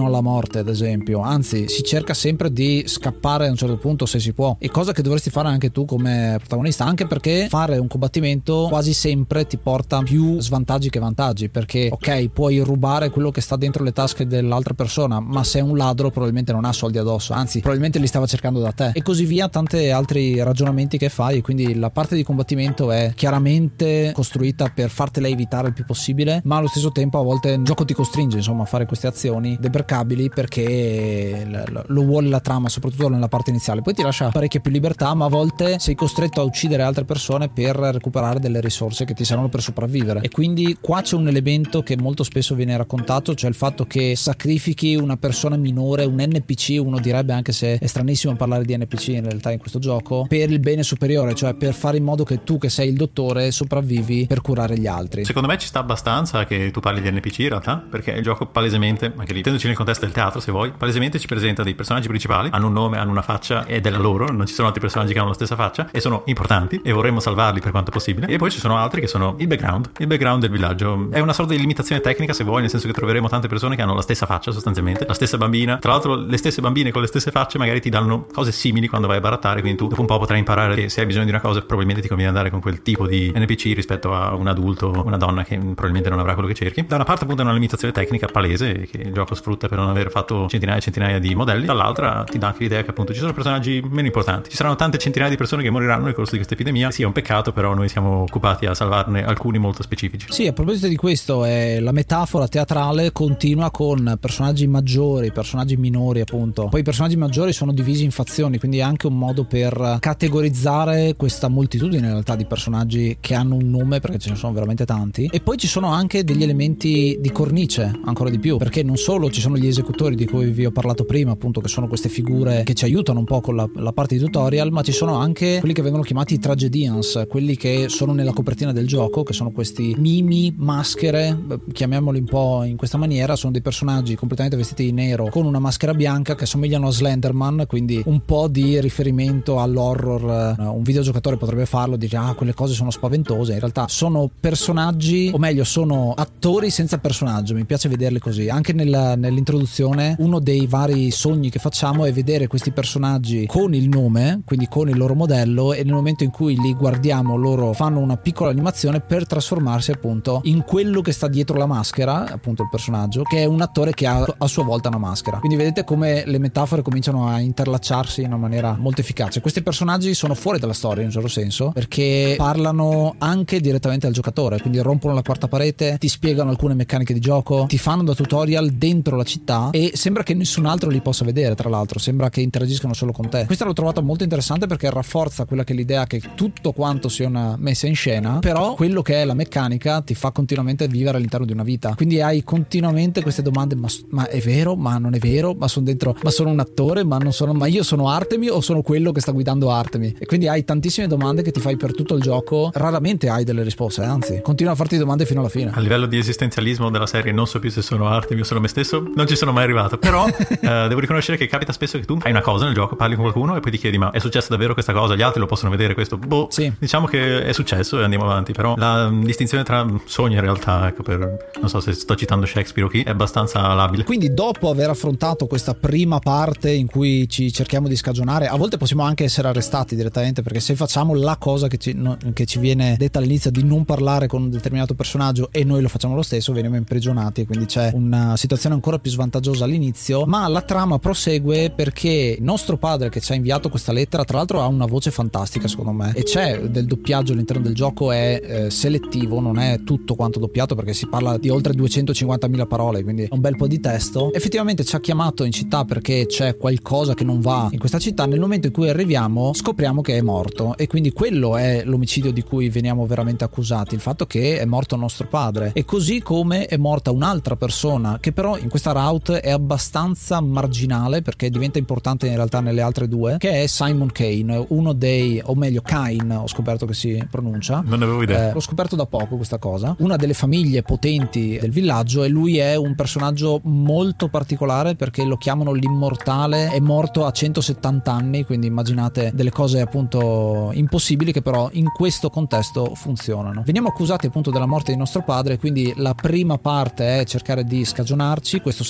alla morte, ad esempio, anzi si cerca sempre di scappare a un certo punto se si può, e cosa che dovresti fare anche tu come protagonista, anche perché fare un combattimento quasi sempre ti porta più svantaggi che vantaggi, perché ok, puoi rubare quello che sta dentro le tasche dell'altra persona, ma se è un ladro probabilmente non ha soldi addosso, anzi probabilmente li stava cercando da te, e così via, tanti altri ragionamenti che fai. Quindi la parte di combattimento è chiaramente costruita per fartela evitare il più possibile, ma allo stesso tempo a volte il gioco ti costringe insomma a fare queste azioni deprecabili perché lo vuole la trama, soprattutto nella parte iniziale. Poi ti lascia parecchia più libertà, ma a volte sei costretto a uccidere altre persone per recuperare delle risorse che ti servono per sopravvivere, e quindi qua c'è un elemento che molto spesso viene raccontato, cioè il fatto che sacrifichi una persona minore, un NPC, uno direbbe, anche se è stranissimo parlare di NPC in realtà in questo gioco, per il bene superiore, cioè per fare in modo che tu, che sei il dottore, sopravvivi per curare gli altri. Secondo me ci sta abbastanza che tu parli di NPC in realtà, perché il gioco palesemente, anche lì tendoci nel contesto del teatro se vuoi, palesemente ci presenta dei personaggi principali, hanno un nome, hanno una faccia ed è la loro, non ci sono altri personaggi che hanno la stessa faccia e sono importanti e vorremmo salvarli per quanto possibile, e poi ci sono altri che sono il background del villaggio. È una sorta di limitazione tecnica se vuoi, nel senso che troveremo tante persone che hanno la stessa faccia sostanzialmente, la stessa bambina, tra l'altro le stesse bambine con le stesse facce magari ti danno cose simili quando vai a barattare, quindi tu dopo un po' potrai imparare che se hai bisogno di una cosa probabilmente ti conviene andare con quel tipo di NPC rispetto a un adulto, una donna che probabilmente non avrà quello che cerchi. Da una parte appunto è una limitazione tecnica palese che il gioco sfrutta per non aver fatto centinaia e centinaia di modelli, dall'altra ti dà anche l'idea che appunto ci sono personaggi meno importanti, ci saranno tante centinaia di persone che moriranno nel corso di questa epidemia. Sì, è un peccato, però noi siamo occupati a salvarne alcuni molto specifici. Sì, a proposito di questo, la metafora teatrale continua con personaggi maggiori, personaggi minori appunto. Poi i personaggi maggiori sono divisi in fazioni, quindi è anche un modo per categorizzare questa moltitudine in realtà di personaggi che hanno un nome, perché ce ne sono veramente tanti. E poi ci sono anche degli elementi di cornice ancora di più, perché non solo ci sono gli esecutori di cui vi ho parlato prima, appunto, che sono queste figure che ci aiutano un po' con la parte di tutorial, ma ci sono anche quelli che vengono chiamati i tragedians, quelli che sono nella copertina del gioco, che sono questi mimi, maschere, chiamiamoli un po' in questa maniera. Sono dei personaggi completamente vestiti di nero con una maschera bianca che somigliano a Slenderman, quindi un po' di riferimento all'horror. Un videogiocatore potrebbe farlo, dire quelle cose sono spaventose, in realtà sono personaggi, o meglio sono attori senza personaggio, mi piace vederli così. Anche nell'introduzione uno dei vari sogni che facciamo è vedere questi personaggi con il nome, quindi con il loro modello, e nel momento in cui li guardiamo loro fanno una piccola animazione per trasformarsi appunto in quello che sta dietro la maschera, appunto il personaggio, che è un attore che ha a sua volta una maschera. Quindi vedete come le metafore cominciano a interlacciarsi in una maniera molto efficace. Questi personaggi sono fuori dalla storia in un certo senso, perché parlano anche direttamente al giocatore, quindi rompono la quarta parete, ti spiegano alcune meccaniche di gioco, ti fanno da tutorial dentro la città e sembra che nessun altro li possa vedere, tra l'altro sembra che interagiscano solo con te. Questa l'ho trovata molto interessante perché rafforza quella che è l'idea che tutto quanto sia una messa in scena, però quello che è la meccanica ti fa continuamente vivere all'interno di una vita, quindi hai continuamente queste domande: ma è vero, ma non è vero, ma sono dentro, ma sono un attore, ma non sono, ma io sono Artemi o sono quello che sta guidando Artemi? E quindi hai tantissime domande che ti fai per tutto il gioco, raramente hai delle risposte, anzi continua a farti domande fino alla fine. A livello di esistenzialismo della serie non so più se sono Artemi o sono me stesso, non ci sono mai arrivato, però devo riconoscere che capita spesso che tu fai una cosa nel gioco, parli con qualcuno e poi ti chiedi: ma è successo davvero questa cosa? Gli altri lo possono vedere questo? Boh, sì. Diciamo che è successo e andiamo avanti, però la distinzione tra sogno e realtà, ecco, per non so se sto citando Shakespeare o chi, è abbastanza labile. Quindi dopo aver affrontato questa prima parte in cui ci cerchiamo di scagionare, a volte possiamo anche essere arrestati direttamente, perché se facciamo la cosa che ci viene detta all'inizio di non parlare con un determinato personaggio e noi lo facciamo lo stesso, veniamo imprigionati, quindi c'è una situazione ancora più svantaggiosa all'inizio. Ma la trama prosegue perché il nostro padre che ci ha inviato questa lettera, tra l'altro, ha una voce fantastica secondo me, e c'è del doppiaggio all'interno del gioco, è selettivo, non è tutto quanto doppiato perché si parla di oltre 250.000 parole, quindi un bel po' di testo. Effettivamente ci ha chiamato in città perché c'è qualcosa che non va in questa città. Nel momento in cui arriviamo scopriamo che è morto, e quindi quello è l'omicidio di cui veniamo veramente accusati, il fatto che è morto nostro padre, e così come è morta un'altra persona che però in questa route è abbastanza marginale perché diventa importante in realtà nelle altre due, che è Simon Kane, uno dei, o meglio Kane ho scoperto che si pronuncia, non ne avevo idea, l'ho scoperto da poco questa cosa, una delle famiglie potenti del villaggio, e lui è un personaggio molto particolare perché lo chiamano l'immortale, è morto a 170 anni, quindi immaginate delle cose appunto impossibili che però in questo contesto funzionano. Veniamo accusati appunto della morte di nostro padre, quindi la prima parte è cercare di scagionarci, questo sarà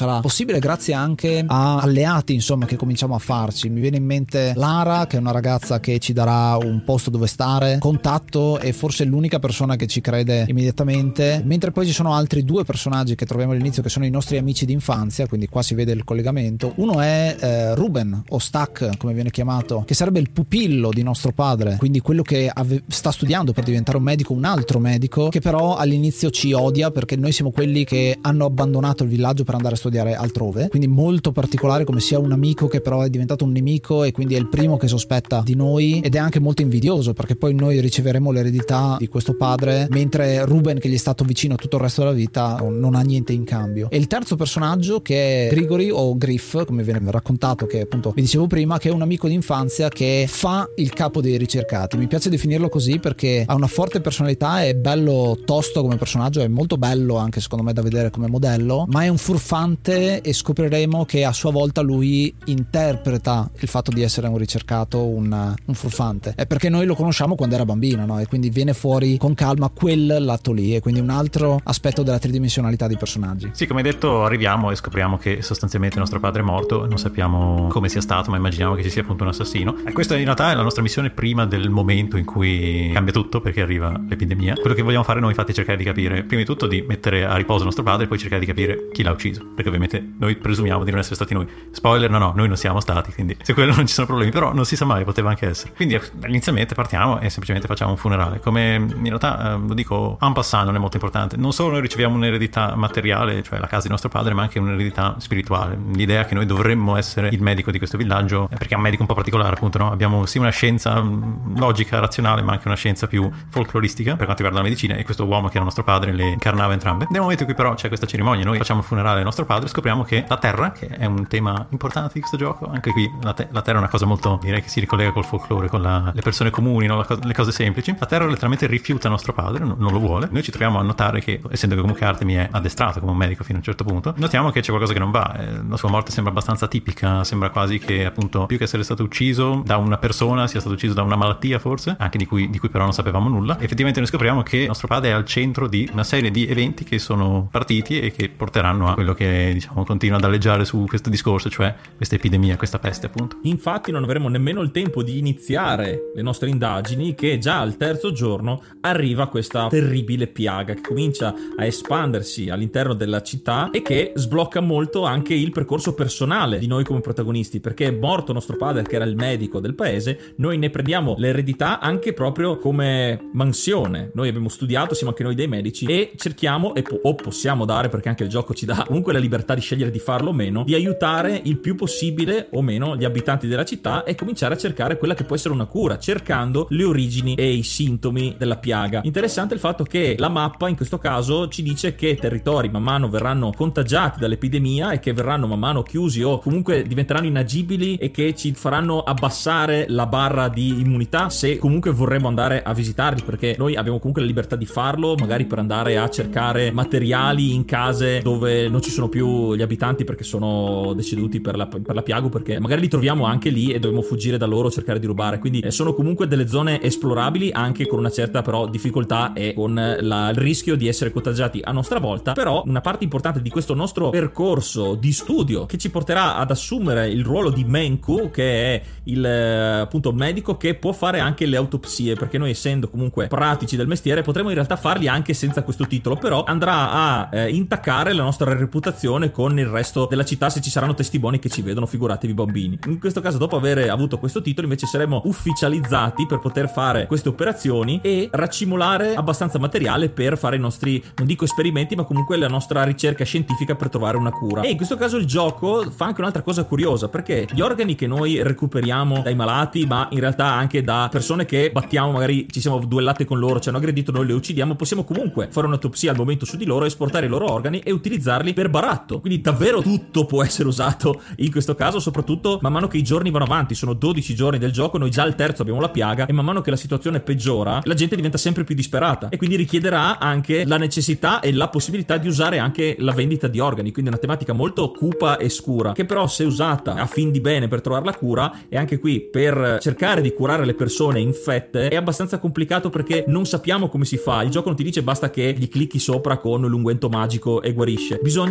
sarà possibile grazie anche a alleati, insomma, che cominciamo a farci. Mi viene in mente Lara, che è una ragazza che ci darà un posto dove stare, contatto, e forse è l'unica persona che ci crede immediatamente, mentre poi ci sono altri due personaggi che troviamo all'inizio che sono i nostri amici d'infanzia, quindi qua si vede il collegamento. Uno è Ruben, o Stack come viene chiamato, che sarebbe il pupillo di nostro padre, quindi quello che sta studiando per diventare un medico, un altro medico, che però all'inizio ci odia perché noi siamo quelli che hanno abbandonato il villaggio per andare a studiare altrove, quindi molto particolare come sia un amico che però è diventato un nemico e quindi è il primo che sospetta di noi, ed è anche molto invidioso perché poi noi riceveremo l'eredità di questo padre, mentre Ruben, che gli è stato vicino tutto il resto della vita, non ha niente in cambio. E il terzo personaggio, che è Grigori, o Griff come viene raccontato, che appunto vi dicevo prima, che è un amico d'infanzia che fa il capo dei ricercati. Mi piace definirlo così perché ha una forte personalità, è bello tosto come personaggio, è molto bello anche secondo me da vedere come modello, ma è un furfante e scopriremo che a sua volta lui interpreta il fatto di essere un ricercato, un furfante. È perché noi lo conosciamo quando era bambino, no? E quindi viene fuori con calma quel lato lì, e quindi un altro aspetto della tridimensionalità dei personaggi. Sì, come hai detto, arriviamo e scopriamo che sostanzialmente il nostro padre è morto, non sappiamo come sia stato, ma immaginiamo che ci sia appunto un assassino. E questa in realtà è la nostra missione prima del momento in cui cambia tutto, perché arriva l'epidemia. Quello che vogliamo fare noi infatti è cercare di capire, prima di tutto di mettere a riposo il nostro padre, e poi cercare di capire chi l'ha ucciso, perché ovviamente noi presumiamo di non essere stati noi. Spoiler, no, noi non siamo stati, quindi se quello non ci sono problemi, però non si sa mai, poteva anche essere. Quindi inizialmente partiamo e semplicemente facciamo un funerale. Come in realtà lo dico en passant, non è molto importante, non solo noi riceviamo un'eredità materiale, cioè la casa di nostro padre, ma anche un'eredità spirituale, l'idea che noi dovremmo essere il medico di questo villaggio, perché è un medico un po' particolare appunto, no? Abbiamo sì una scienza logica, razionale, ma anche una scienza più folcloristica per quanto riguarda la medicina, e questo uomo che era nostro padre le incarnava entrambe. Nel momento in cui però c'è questa cerimonia, noi facciamo il funerale del nostro padre, scopriamo che la terra, che è un tema importante di questo gioco, anche qui la terra è una cosa molto, direi che si ricollega col folklore, con le persone comuni, no? Le cose semplici. La terra letteralmente rifiuta nostro padre, non lo vuole. Noi ci troviamo a notare che, essendo che comunque Artemi è addestrato come un medico fino a un certo punto, notiamo che c'è qualcosa che non va. La sua morte sembra abbastanza tipica, sembra quasi che appunto più che essere stato ucciso da una persona sia stato ucciso da una malattia, forse, anche di cui però non sapevamo nulla. Effettivamente noi scopriamo che nostro padre è al centro di una serie di eventi che sono partiti e che porteranno a quello che diciamo continua ad alleggiare su questo discorso, cioè questa epidemia, questa peste appunto. Infatti non avremo nemmeno il tempo di iniziare le nostre indagini che già al terzo giorno arriva questa terribile piaga che comincia a espandersi all'interno della città e che sblocca molto anche il percorso personale di noi come protagonisti, perché è morto nostro padre che era il medico del paese, noi ne prendiamo l'eredità anche proprio come mansione. Noi abbiamo studiato, siamo anche noi dei medici e cerchiamo o possiamo dare, perché anche il gioco ci dà comunque la libertà di scegliere di farlo o meno, di aiutare il più possibile o meno gli abitanti della città e cominciare a cercare quella che può essere una cura, cercando le origini e i sintomi della piaga. Interessante il fatto che la mappa in questo caso ci dice che territori man mano verranno contagiati dall'epidemia e che verranno man mano chiusi o comunque diventeranno inagibili e che ci faranno abbassare la barra di immunità se comunque vorremmo andare a visitarli, perché noi abbiamo comunque la libertà di farlo, magari per andare a cercare materiali in case dove non ci sono più gli abitanti perché sono deceduti per la piaga, perché magari li troviamo anche lì e dobbiamo fuggire da loro, cercare di rubare. Quindi sono comunque delle zone esplorabili, anche con una certa però difficoltà e con il rischio di essere contagiati a nostra volta. Però una parte importante di questo nostro percorso di studio che ci porterà ad assumere il ruolo di Menku, che è il appunto medico che può fare anche le autopsie, perché noi essendo comunque pratici del mestiere potremmo in realtà farli anche senza questo titolo, però andrà a intaccare la nostra reputazione con il resto della città se ci saranno testimoni che ci vedono, figuratevi bambini. In questo caso, dopo aver avuto questo titolo, invece saremo ufficializzati per poter fare queste operazioni e raccimolare abbastanza materiale per fare i nostri, non dico esperimenti, ma comunque la nostra ricerca scientifica per trovare una cura. E in questo caso il gioco fa anche un'altra cosa curiosa, perché gli organi che noi recuperiamo dai malati, ma in realtà anche da persone che battiamo, magari ci siamo duellate con loro, ci hanno aggredito, noi le uccidiamo, possiamo comunque fare un'autopsia al momento su di loro, esportare i loro organi e utilizzarli per baratto. Quindi davvero tutto può essere usato in questo caso, soprattutto man mano che i giorni vanno avanti. Sono 12 giorni del gioco, noi già al terzo abbiamo la piaga e man mano che la situazione peggiora la gente diventa sempre più disperata e quindi richiederà anche la necessità e la possibilità di usare anche la vendita di organi. Quindi è una tematica molto cupa e scura, che però se usata a fin di bene per trovare la cura, e anche qui per cercare di curare le persone infette, è abbastanza complicato perché non sappiamo come si fa. Il gioco non ti dice basta che gli clicchi sopra con l'unguento magico e guarisce. Bisogna fare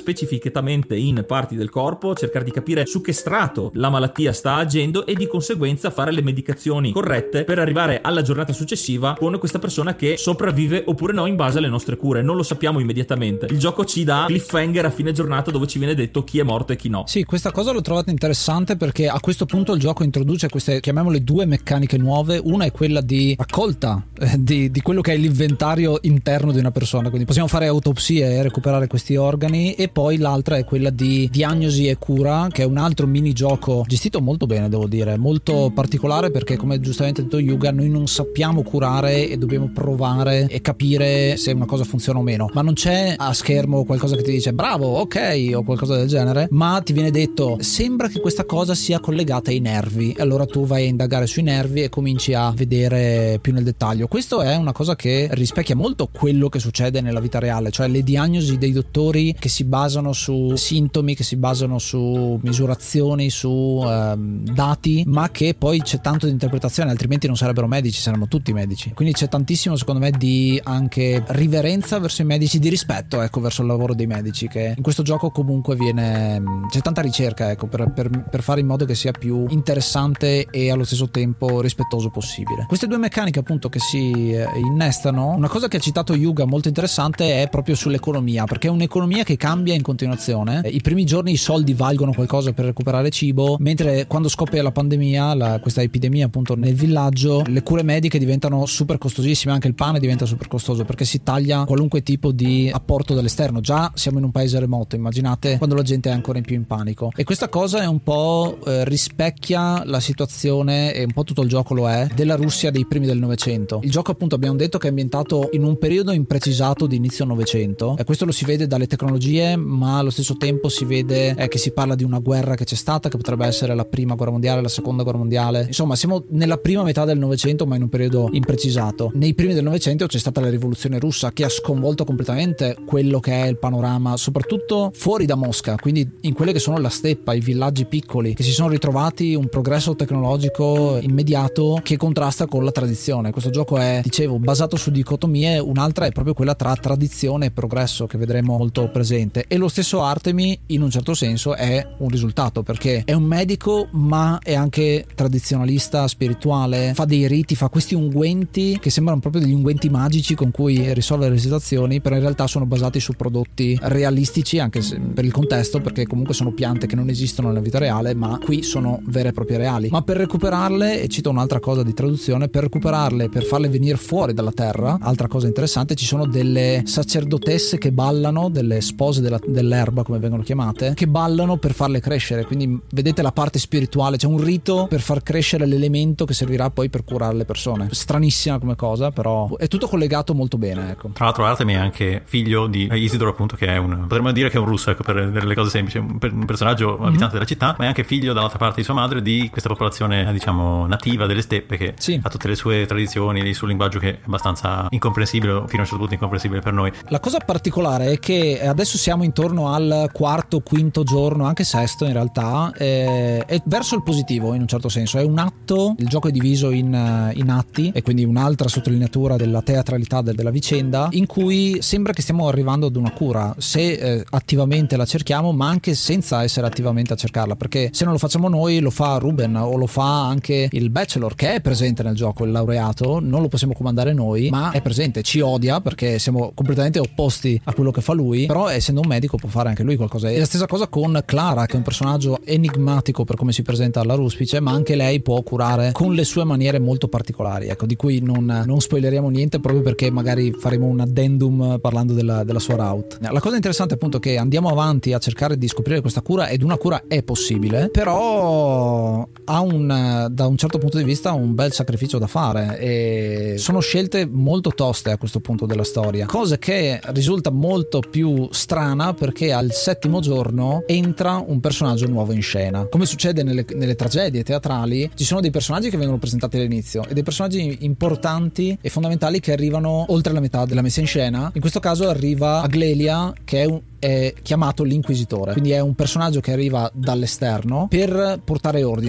specificatamente in parti del corpo, cercare di capire su che strato la malattia sta agendo e di conseguenza fare le medicazioni corrette per arrivare alla giornata successiva con questa persona che sopravvive oppure no in base alle nostre cure. Non lo sappiamo immediatamente. Il gioco ci dà cliffhanger a fine giornata dove ci viene detto chi è morto e chi no. Sì, questa cosa l'ho trovata interessante perché a questo punto il gioco introduce queste, chiamiamole, due meccaniche nuove. Una è quella di raccolta di quello che è l'inventario interno di una persona, quindi possiamo fare autopsie e recuperare questi organi, e poi l'altra è quella di diagnosi e cura, che è un altro minigioco gestito molto bene, devo dire, molto particolare, perché come giustamente ha detto Yuga, noi non sappiamo curare e dobbiamo provare e capire se una cosa funziona o meno, ma non c'è a schermo qualcosa che ti dice bravo, ok, o qualcosa del genere, ma ti viene detto sembra che questa cosa sia collegata ai nervi, e allora tu vai a indagare sui nervi e cominci a vedere più nel dettaglio. Questo è una cosa che rispecchia molto quello che succede nella vita reale, cioè le diagnosi dei dottori che si basano su sintomi, che si basano su misurazioni, su dati, ma che poi c'è tanto di interpretazione, altrimenti non sarebbero medici, sarebbero tutti medici. Quindi c'è tantissimo, secondo me, di anche riverenza verso i medici, di rispetto, ecco, verso il lavoro dei medici, che in questo gioco comunque c'è tanta ricerca, ecco, per fare in modo che sia più interessante e allo stesso tempo rispettoso possibile. Queste due meccaniche appunto che si innestano, una cosa che ha citato Yuga molto interessante è proprio sull'economia, perché è un'economia che cambia in continuazione. I primi giorni i soldi valgono qualcosa per recuperare cibo, mentre quando scoppia la pandemia, questa epidemia appunto nel villaggio, le cure mediche diventano super costosissime, anche il pane diventa super costoso perché si taglia qualunque tipo di apporto dall'esterno. Già siamo in un paese remoto, immaginate quando la gente è ancora in più in panico, e questa cosa è un po' rispecchia la situazione, e un po' tutto il gioco lo è, della Russia dei primi del Novecento. Il gioco appunto abbiamo detto che è ambientato in un periodo imprecisato di inizio Novecento, e questo lo si vede dalle tecnologie, ma allo stesso tempo si vede che si parla di una guerra che c'è stata, che potrebbe essere la prima guerra mondiale, la seconda guerra mondiale, insomma siamo nella prima metà del Novecento ma in un periodo imprecisato. Nei primi del Novecento c'è stata la rivoluzione russa che ha sconvolto completamente quello che è il panorama, soprattutto fuori da Mosca, quindi in quelle che sono la steppa, i villaggi piccoli, che si sono ritrovati un progresso tecnologico immediato che contrasta con la tradizione. Questo gioco è, dicevo, basato su dicotomie, un'altra è proprio quella tra tradizione e progresso che vedremo molto presente, e lo stesso Artemi in un certo senso è un risultato, perché è un medico ma è anche tradizionalista, spirituale, fa dei riti, fa questi unguenti che sembrano proprio degli unguenti magici con cui risolvere le situazioni, però in realtà sono basati su prodotti realistici, anche per il contesto, perché comunque sono piante che non esistono nella vita reale ma qui sono vere e proprie reali. Ma per recuperarle, e cito un'altra cosa di traduzione, per recuperarle, per farle venire fuori dalla terra, altra cosa interessante, ci sono delle sacerdotesse che ballano, delle spose dell'erba come vengono chiamate, che ballano per farle crescere, quindi vedete la parte spirituale, c'è un rito per far crescere l'elemento che servirà poi per curare le persone. Stranissima come cosa, però è tutto collegato molto bene, ecco. Tra l'altro Artemi è anche figlio di Isidoro, appunto, che è potremmo dire che è un russo, ecco, per le cose semplici, un personaggio abitante della città, ma è anche figlio dall'altra parte di sua madre di questa popolazione, diciamo, nativa delle steppe, che sì, ha tutte le sue tradizioni, il suo linguaggio che è abbastanza incomprensibile, fino a un certo punto incomprensibile per noi. La cosa particolare è che adesso siamo intorno al quarto, quinto giorno, anche sesto in realtà, è verso il positivo in un certo senso, è un atto, il gioco è diviso in atti, e quindi un'altra sottolineatura della teatralità della vicenda, in cui sembra che stiamo arrivando ad una cura, se attivamente la cerchiamo, ma anche senza essere attivamente a cercarla, perché se non lo facciamo noi lo fa Ruben, o lo fa anche il bachelor che è presente nel gioco, il laureato, non lo possiamo comandare noi ma è presente, ci odia perché siamo completamente opposti a quello che fa lui, però essendo un medico può fare anche lui qualcosa. E la stessa cosa con Clara, che è un personaggio enigmatico per come si presenta alla ruspice, ma anche lei può curare con le sue maniere molto particolari, ecco, di cui non spoileriamo niente, proprio perché magari faremo un addendum parlando della sua route. La cosa interessante appunto è che andiamo avanti a cercare di scoprire questa cura, ed una cura è possibile, però ha da un certo punto di vista un bel sacrificio da fare, e sono scelte molto toste a questo punto della storia, cosa che risulta molto più strana perché al settimo giorno entra un personaggio nuovo in scena. Come succede nelle tragedie teatrali, ci sono dei personaggi che vengono presentati all'inizio e dei personaggi importanti e fondamentali che arrivano oltre la metà della messa in scena. In questo caso arriva Aglelia, che è chiamato l'inquisitore, quindi è un personaggio che arriva dall'esterno per portare ordine, per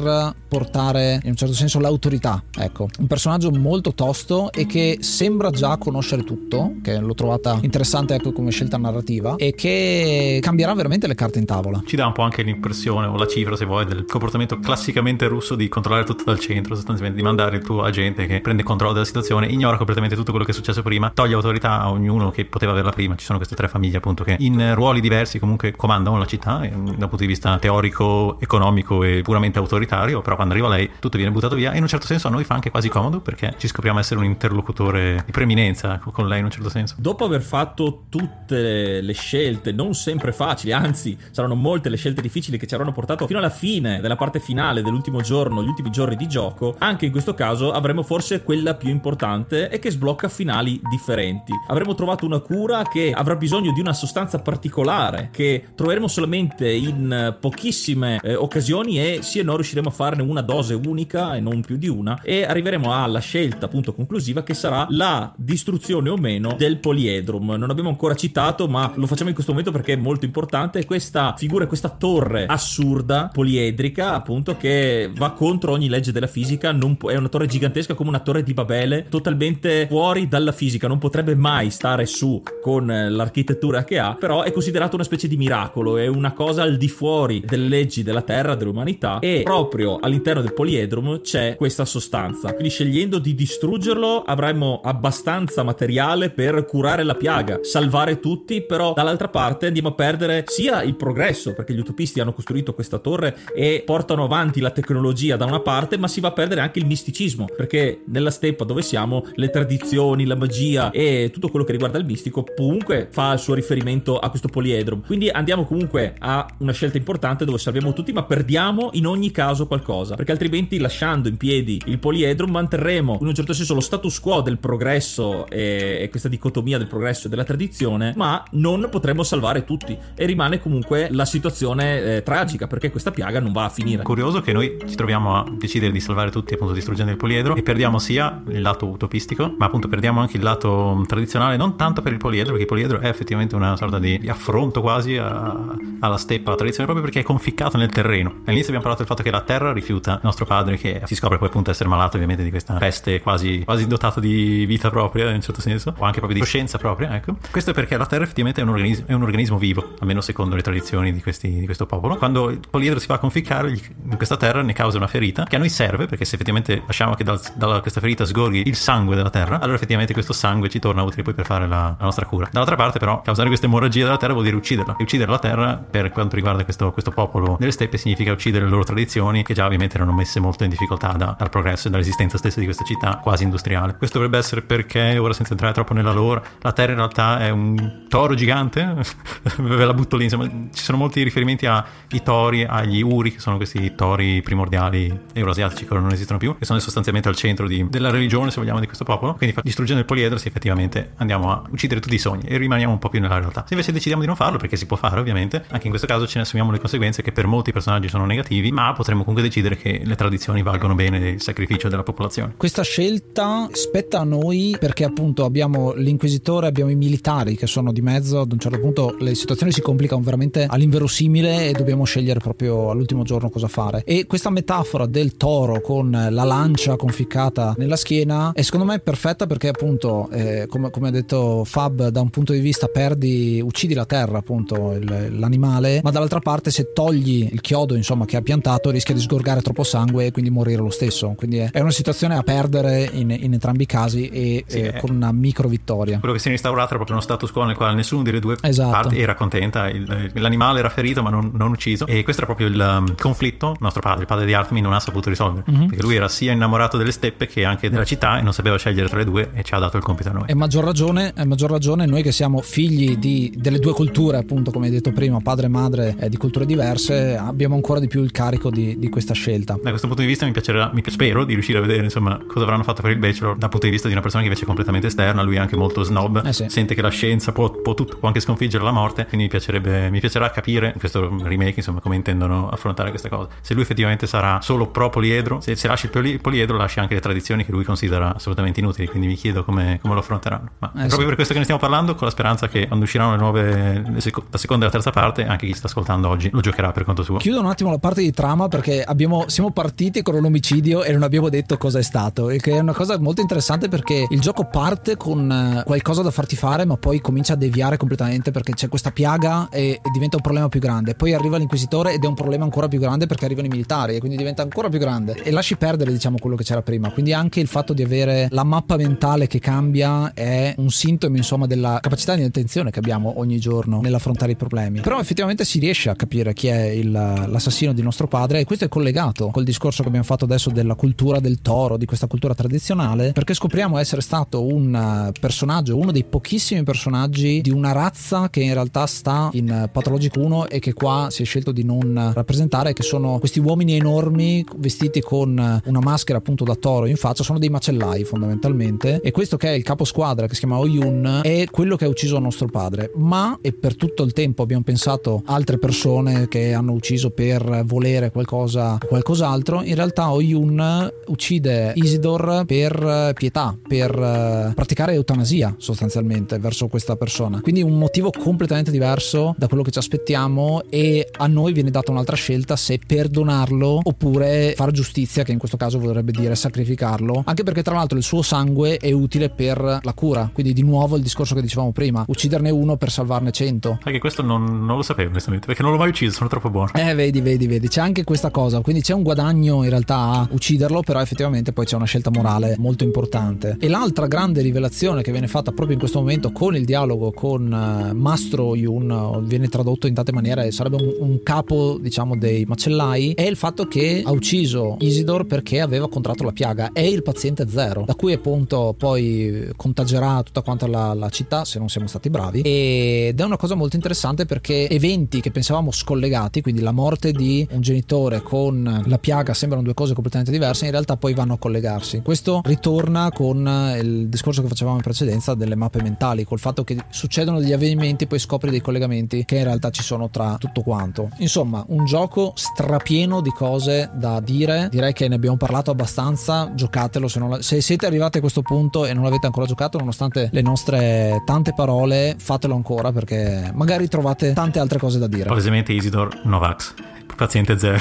per portare in un certo senso l'autorità. Ecco, un personaggio molto tosto e che sembra già conoscere tutto, che l'ho trovata interessante, ecco, come scelta narrativa, e che cambierà veramente le carte in tavola. Ci dà un po' anche l'impressione, o la cifra se vuoi, del comportamento classicamente russo di controllare tutto dal centro, sostanzialmente di mandare il tuo agente che prende controllo della situazione, ignora completamente tutto quello che è successo prima, toglie autorità a ognuno che poteva averla prima. Ci sono queste tre famiglie appunto che in ruoli diversi comunque comandano la città dal punto di vista teorico, economico e puramente autoritario, però quando arriva lei tutto viene buttato via, e in un certo senso a noi fa anche quasi comodo perché ci scopriamo essere un interlocutore di preeminenza con lei in un certo senso. Dopo aver fatto tutte le scelte non sempre facili, anzi saranno molte le scelte difficili che ci avranno portato fino alla fine della parte finale dell'ultimo giorno, gli ultimi giorni di gioco, anche in questo caso avremo forse quella più importante e che sblocca finali differenti. Avremo trovato una cura che avrà bisogno di una sostanza particolare che troveremo solamente in pochissime occasioni, e sì e no riusciremo a farne una dose unica e non più di una, e arriveremo alla scelta appunto conclusiva che sarà la distruzione o meno del poliedrum. Non abbiamo ancora citato, ma lo facciamo in questo momento perché è molto importante, questa figura, questa torre assurda poliedrica appunto che va contro ogni legge della fisica. È una torre gigantesca come una torre di Babele, totalmente fuori dalla fisica, non potrebbe mai stare su con l'architettura che ha, però è considerato una specie di miracolo, è una cosa al di fuori delle leggi della Terra, dell'umanità, e proprio all'interno del poliedrum c'è questa sostanza. Quindi scegliendo di distruggerlo avremo abbastanza materiale per curare la piaga, salvare tutti, però dall'altra parte andiamo a perdere sia il progresso, perché gli utopisti hanno costruito questa torre e portano avanti la tecnologia da una parte, ma si va a perdere anche il misticismo, perché nella steppa dove siamo le tradizioni, la magia e tutto quello che riguarda il mistico comunque fa il suo riferimento a questo poliedrum. Quindi andiamo comunque a una scelta importante dove salviamo tutti, ma perdiamo in ogni caso qualcosa, perché altrimenti lasciando in piedi il poliedrum manterremo in un certo senso lo status quo del progresso e questa dicotomia del progresso e della tradizione, ma non potremo salvare tutti e rimane comunque la situazione tragica, perché questa piaga non va a finire. Curioso che noi ci troviamo a decidere di salvare tutti appunto distruggendo il poliedro, e perdiamo sia il lato utopistico ma appunto perdiamo anche il lato tradizionale, non tanto per il poliedro, perché il poliedro è effettivamente una sorta di affronto quasi alla steppa, alla tradizione, proprio perché è conficcato nel terreno. All'inizio abbiamo parlato del fatto che la terra rifiuta il nostro padre, che si scopre poi appunto essere malato ovviamente di questa peste quasi dotato di vita propria in un certo senso, o anche proprio di coscienza propria, ecco. Questo è perché la terra effettivamente è un organismo vivo, almeno secondo le tradizioni di questo popolo. Quando il poliedro si va a conficcare in questa terra ne causa una ferita che a noi serve, perché se effettivamente lasciamo che da questa ferita sgorghi il sangue della terra, allora effettivamente questo sangue ci torna utile poi per fare la nostra cura. Dall'altra parte però causare questa emorragia della terra vuol dire ucciderla, e uccidere la terra per quanto riguarda questo popolo delle steppe significa uccidere le loro tradizioni, che già ovviamente erano messe molto in difficoltà dal progresso e dall'esistenza stessa di questa città quasi industriale. Questo dovrebbe essere perché, ora senza entrare troppo nella lore, la terra in realtà è un toro gigante ve la butto lì, insomma ci sono molti riferimenti ai tori, agli uri, che sono questi tori primordiali euroasiatici che ora non esistono più, che sono sostanzialmente al centro della religione, se vogliamo, di questo popolo. Quindi distruggendo il poliedro sì, effettivamente andiamo a uccidere tutti i sogni e rimaniamo un po' più nella realtà. Se invece decidiamo di non farlo, perché si può fare ovviamente, anche in questo caso ce ne assumiamo le conseguenze, che per molti personaggi sono negativi, ma potremmo comunque decidere che le tradizioni valgono bene il sacrificio della popolazione. Questa scelta spetta a noi perché appunto abbiamo l'inquisitore, abbiamo i militari che sono di mezzo. Ad un certo punto le situazioni si complicano veramente all'inverosimile e dobbiamo scegliere proprio all'ultimo giorno cosa fare. E questa metafora del toro con la lancia conficcata nella schiena è secondo me perfetta, perché appunto come ha detto Fab, da un punto di vista uccidi la terra, appunto l'animale, ma dall'altra parte se togli il chiodo insomma che ha piantato rischia di sgorgare troppo sangue e quindi morire lo stesso. Quindi è una situazione a perdere in entrambi i casi e sì, con una micro vittoria. Quello che si è instaurato era proprio uno status quo nel quale nessuno delle due esatto. parti era contenta, l'animale era ferito ma non ucciso, e questo era proprio il conflitto il padre di Artemis non ha saputo risolvere, perché lui era sia innamorato delle steppe che anche della città e non sapeva scegliere tra le due, e ci ha dato il compito a noi. E maggior ragione noi che siamo figli delle due culture, appunto come hai detto prima, padre e madre di culture diverse, abbiamo ancora di più il carico di questa scelta. Da questo punto di vista spero di riuscire a vedere insomma cosa avranno fatto per il Bachelor dal punto di vista di una persona che invece è completamente esterna. Lui è anche molto snob, sì. Sente che la scienza può anche sconfiggere la morte, quindi mi piacerà capire in questo remake insomma come intendono affrontare questa cosa, se lui effettivamente sarà solo pro poliedro, se lasci il poliedro lascia anche le tradizioni che lui considera assolutamente inutili, quindi mi chiedo come lo affronteranno, ma è proprio per questo che ne stiamo parlando, con la speranza che quando usciranno le nuove la seconda e la terza parte anche chi sta ascoltando oggi lo giocherà per conto suo. Chiudo un attimo la parte di trama perché che siamo partiti con un omicidio e non abbiamo detto cosa è stato, e che è una cosa molto interessante perché il gioco parte con qualcosa da farti fare, ma poi comincia a deviare completamente perché c'è questa piaga e diventa un problema più grande. Poi arriva l'inquisitore ed è un problema ancora più grande perché arrivano i militari e quindi diventa ancora più grande e lasci perdere, diciamo, quello che c'era prima. Quindi anche il fatto di avere la mappa mentale che cambia è un sintomo, insomma, della capacità di attenzione che abbiamo ogni giorno nell'affrontare i problemi. Però effettivamente si riesce a capire chi è l'assassino di nostro padre, e questo è collegato col discorso che abbiamo fatto adesso della cultura del toro, di questa cultura tradizionale, perché scopriamo essere stato un personaggio, uno dei pochissimi personaggi di una razza che in realtà sta in Pathologic 1 e che qua si è scelto di non rappresentare, che sono questi uomini enormi vestiti con una maschera appunto da toro in faccia. Sono dei macellai fondamentalmente, e questo che è il capo squadra, che si chiama Oyun, è quello che ha ucciso nostro padre. Ma, e per tutto il tempo abbiamo pensato altre persone che hanno ucciso per volere qualcosa o qualcos'altro, in realtà Oyun uccide Isidore per pietà, per praticare eutanasia sostanzialmente verso questa persona. Quindi un motivo completamente diverso da quello che ci aspettiamo, e a noi viene data un'altra scelta: se perdonarlo oppure fare giustizia, che in questo caso vorrebbe dire sacrificarlo, anche perché tra l'altro il suo sangue è utile per la cura. Quindi di nuovo il discorso che dicevamo prima, ucciderne uno per salvarne 100. Anche questo non lo sapevo onestamente, perché non l'ho mai ucciso, sono troppo buono. Vedi, c'è anche questa cosa, quindi c'è un guadagno in realtà a ucciderlo, però effettivamente poi c'è una scelta morale molto importante. E l'altra grande rivelazione che viene fatta proprio in questo momento con il dialogo con Mastro Oyun, viene tradotto in tante maniere, sarebbe un capo, diciamo, dei macellai, è il fatto che ha ucciso Isidore perché aveva contratto la piaga, è il paziente zero, da cui appunto poi contagerà tutta quanta la città se non siamo stati bravi. Ed è una cosa molto interessante perché eventi che pensavamo scollegati, quindi la morte di un genitore con la piaga, sembrano due cose completamente diverse, in realtà poi vanno a collegarsi. Questo ritorna con il discorso che facevamo in precedenza delle mappe mentali, col fatto che succedono degli avvenimenti, poi scopri dei collegamenti che in realtà ci sono tra tutto quanto. Insomma, un gioco strapieno di cose da dire, direi che ne abbiamo parlato abbastanza. Giocatelo se siete arrivati a questo punto e non l'avete ancora giocato, nonostante le nostre tante parole, fatelo ancora, perché magari trovate tante altre cose da dire. Palesemente Isidore Novax, paziente zero.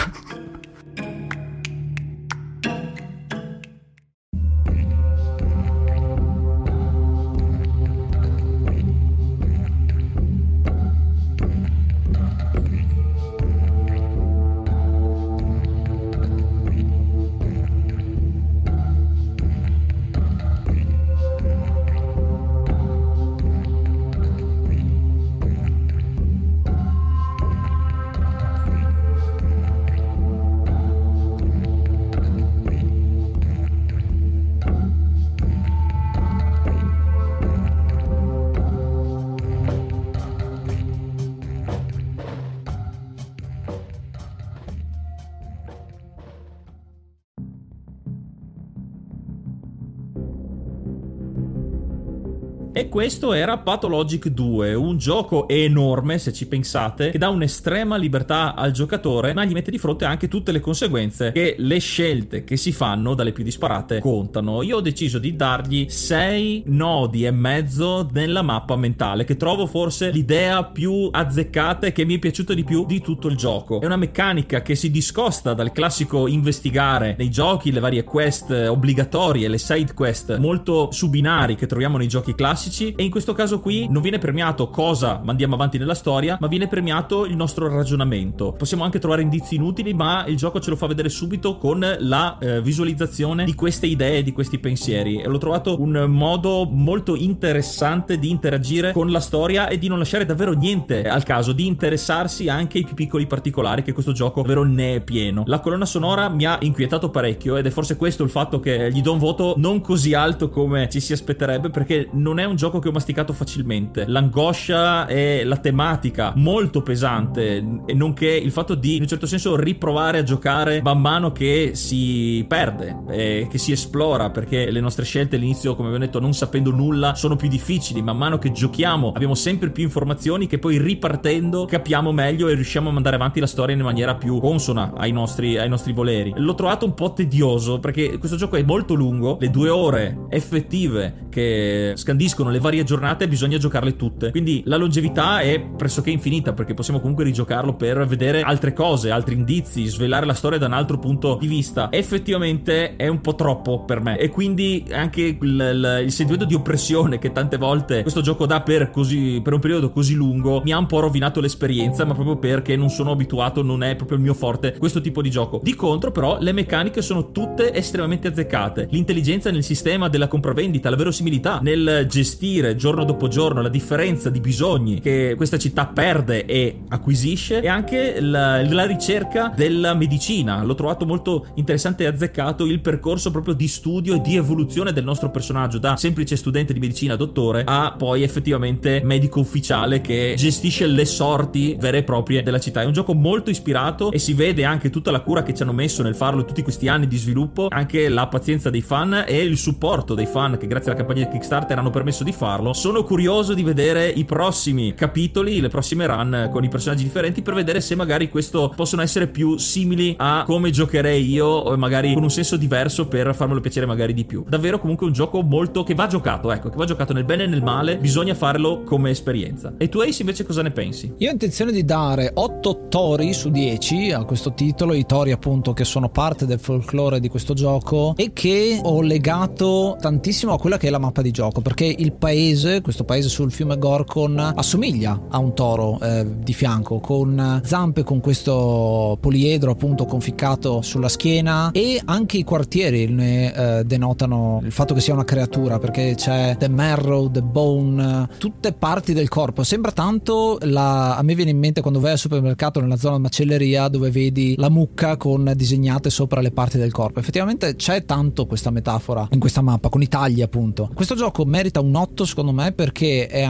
E questo era Pathologic 2, un gioco enorme se ci pensate, che dà un'estrema libertà al giocatore, ma gli mette di fronte anche tutte le conseguenze che le scelte che si fanno, dalle più disparate, contano. Io ho deciso di dargli 6 nodi e mezzo nella mappa mentale, che trovo forse l'idea più azzeccata e che mi è piaciuta di più di tutto il gioco. È una meccanica che si discosta dal classico investigare nei giochi, le varie quest obbligatorie, le side quest molto su binari che troviamo nei giochi classici, e in questo caso qui non viene premiato cosa mandiamo avanti nella storia, ma viene premiato il nostro ragionamento. Possiamo anche trovare indizi inutili, ma il gioco ce lo fa vedere subito con la visualizzazione di queste idee, di questi pensieri, e l'ho trovato un modo molto interessante di interagire con la storia e di non lasciare davvero niente al caso, di interessarsi anche ai più piccoli particolari, che questo gioco davvero ne è pieno. La colonna sonora mi ha inquietato parecchio, ed è forse questo il fatto che gli do un voto non così alto come ci si aspetterebbe, perché non è un gioco che ho masticato facilmente. L'angoscia e la tematica molto pesante, e nonché il fatto di, in un certo senso, riprovare a giocare man mano che si perde e che si esplora, perché le nostre scelte all'inizio, come abbiamo detto, non sapendo nulla, sono più difficili. Man mano che giochiamo abbiamo sempre più informazioni che poi, ripartendo, capiamo meglio e riusciamo a mandare avanti la storia in maniera più consona ai nostri voleri. L'ho trovato un po' tedioso perché questo gioco è molto lungo, le 2 ore effettive che scandiscono le varie giornate, bisogna giocarle tutte, quindi la longevità è pressoché infinita, perché possiamo comunque rigiocarlo per vedere altre cose, altri indizi, svelare la storia da un altro punto di vista. Effettivamente è un po' troppo per me, e quindi anche il sentimento di oppressione che tante volte questo gioco dà per un periodo così lungo mi ha un po' rovinato l'esperienza, ma proprio perché non sono abituato, non è proprio il mio forte questo tipo di gioco. Di contro però le meccaniche sono tutte estremamente azzeccate, l'intelligenza nel sistema della compravendita, la verosimilità nel gestire giorno dopo giorno la differenza di bisogni che questa città perde e acquisisce, e anche la ricerca della medicina. L'ho trovato molto interessante e azzeccato il percorso proprio di studio e di evoluzione del nostro personaggio, da semplice studente di medicina dottore a poi effettivamente medico ufficiale che gestisce le sorti vere e proprie della città. È un gioco molto ispirato e si vede anche tutta la cura che ci hanno messo nel farlo tutti questi anni di sviluppo, anche la pazienza dei fan e il supporto dei fan che grazie alla campagna di Kickstarter hanno permesso di farlo. Sono curioso di vedere i prossimi capitoli, le prossime run con i personaggi differenti, per vedere se magari questo possono essere più simili a come giocherei io, o magari con un senso diverso per farmelo piacere magari di più. Davvero comunque un gioco molto che va giocato, ecco, che va giocato nel bene e nel male, bisogna farlo come esperienza. E tu Ace invece cosa ne pensi? Io ho intenzione di dare 8 tori su 10 a questo titolo, i tori appunto che sono parte del folklore di questo gioco e che ho legato tantissimo a quella che è la mappa di gioco, perché il paese, questo paese sul fiume Gorkon, assomiglia a un toro di fianco, con zampe, con questo poliedro appunto conficcato sulla schiena, e anche i quartieri ne denotano il fatto che sia una creatura, perché c'è the marrow, the bone, tutte parti del corpo. Sembra tanto a me viene in mente quando vai al supermercato nella zona macelleria dove vedi la mucca con disegnate sopra le parti del corpo. Effettivamente c'è tanto questa metafora in questa mappa, con i tagli appunto. Questo gioco merita un 8 secondo me, perché è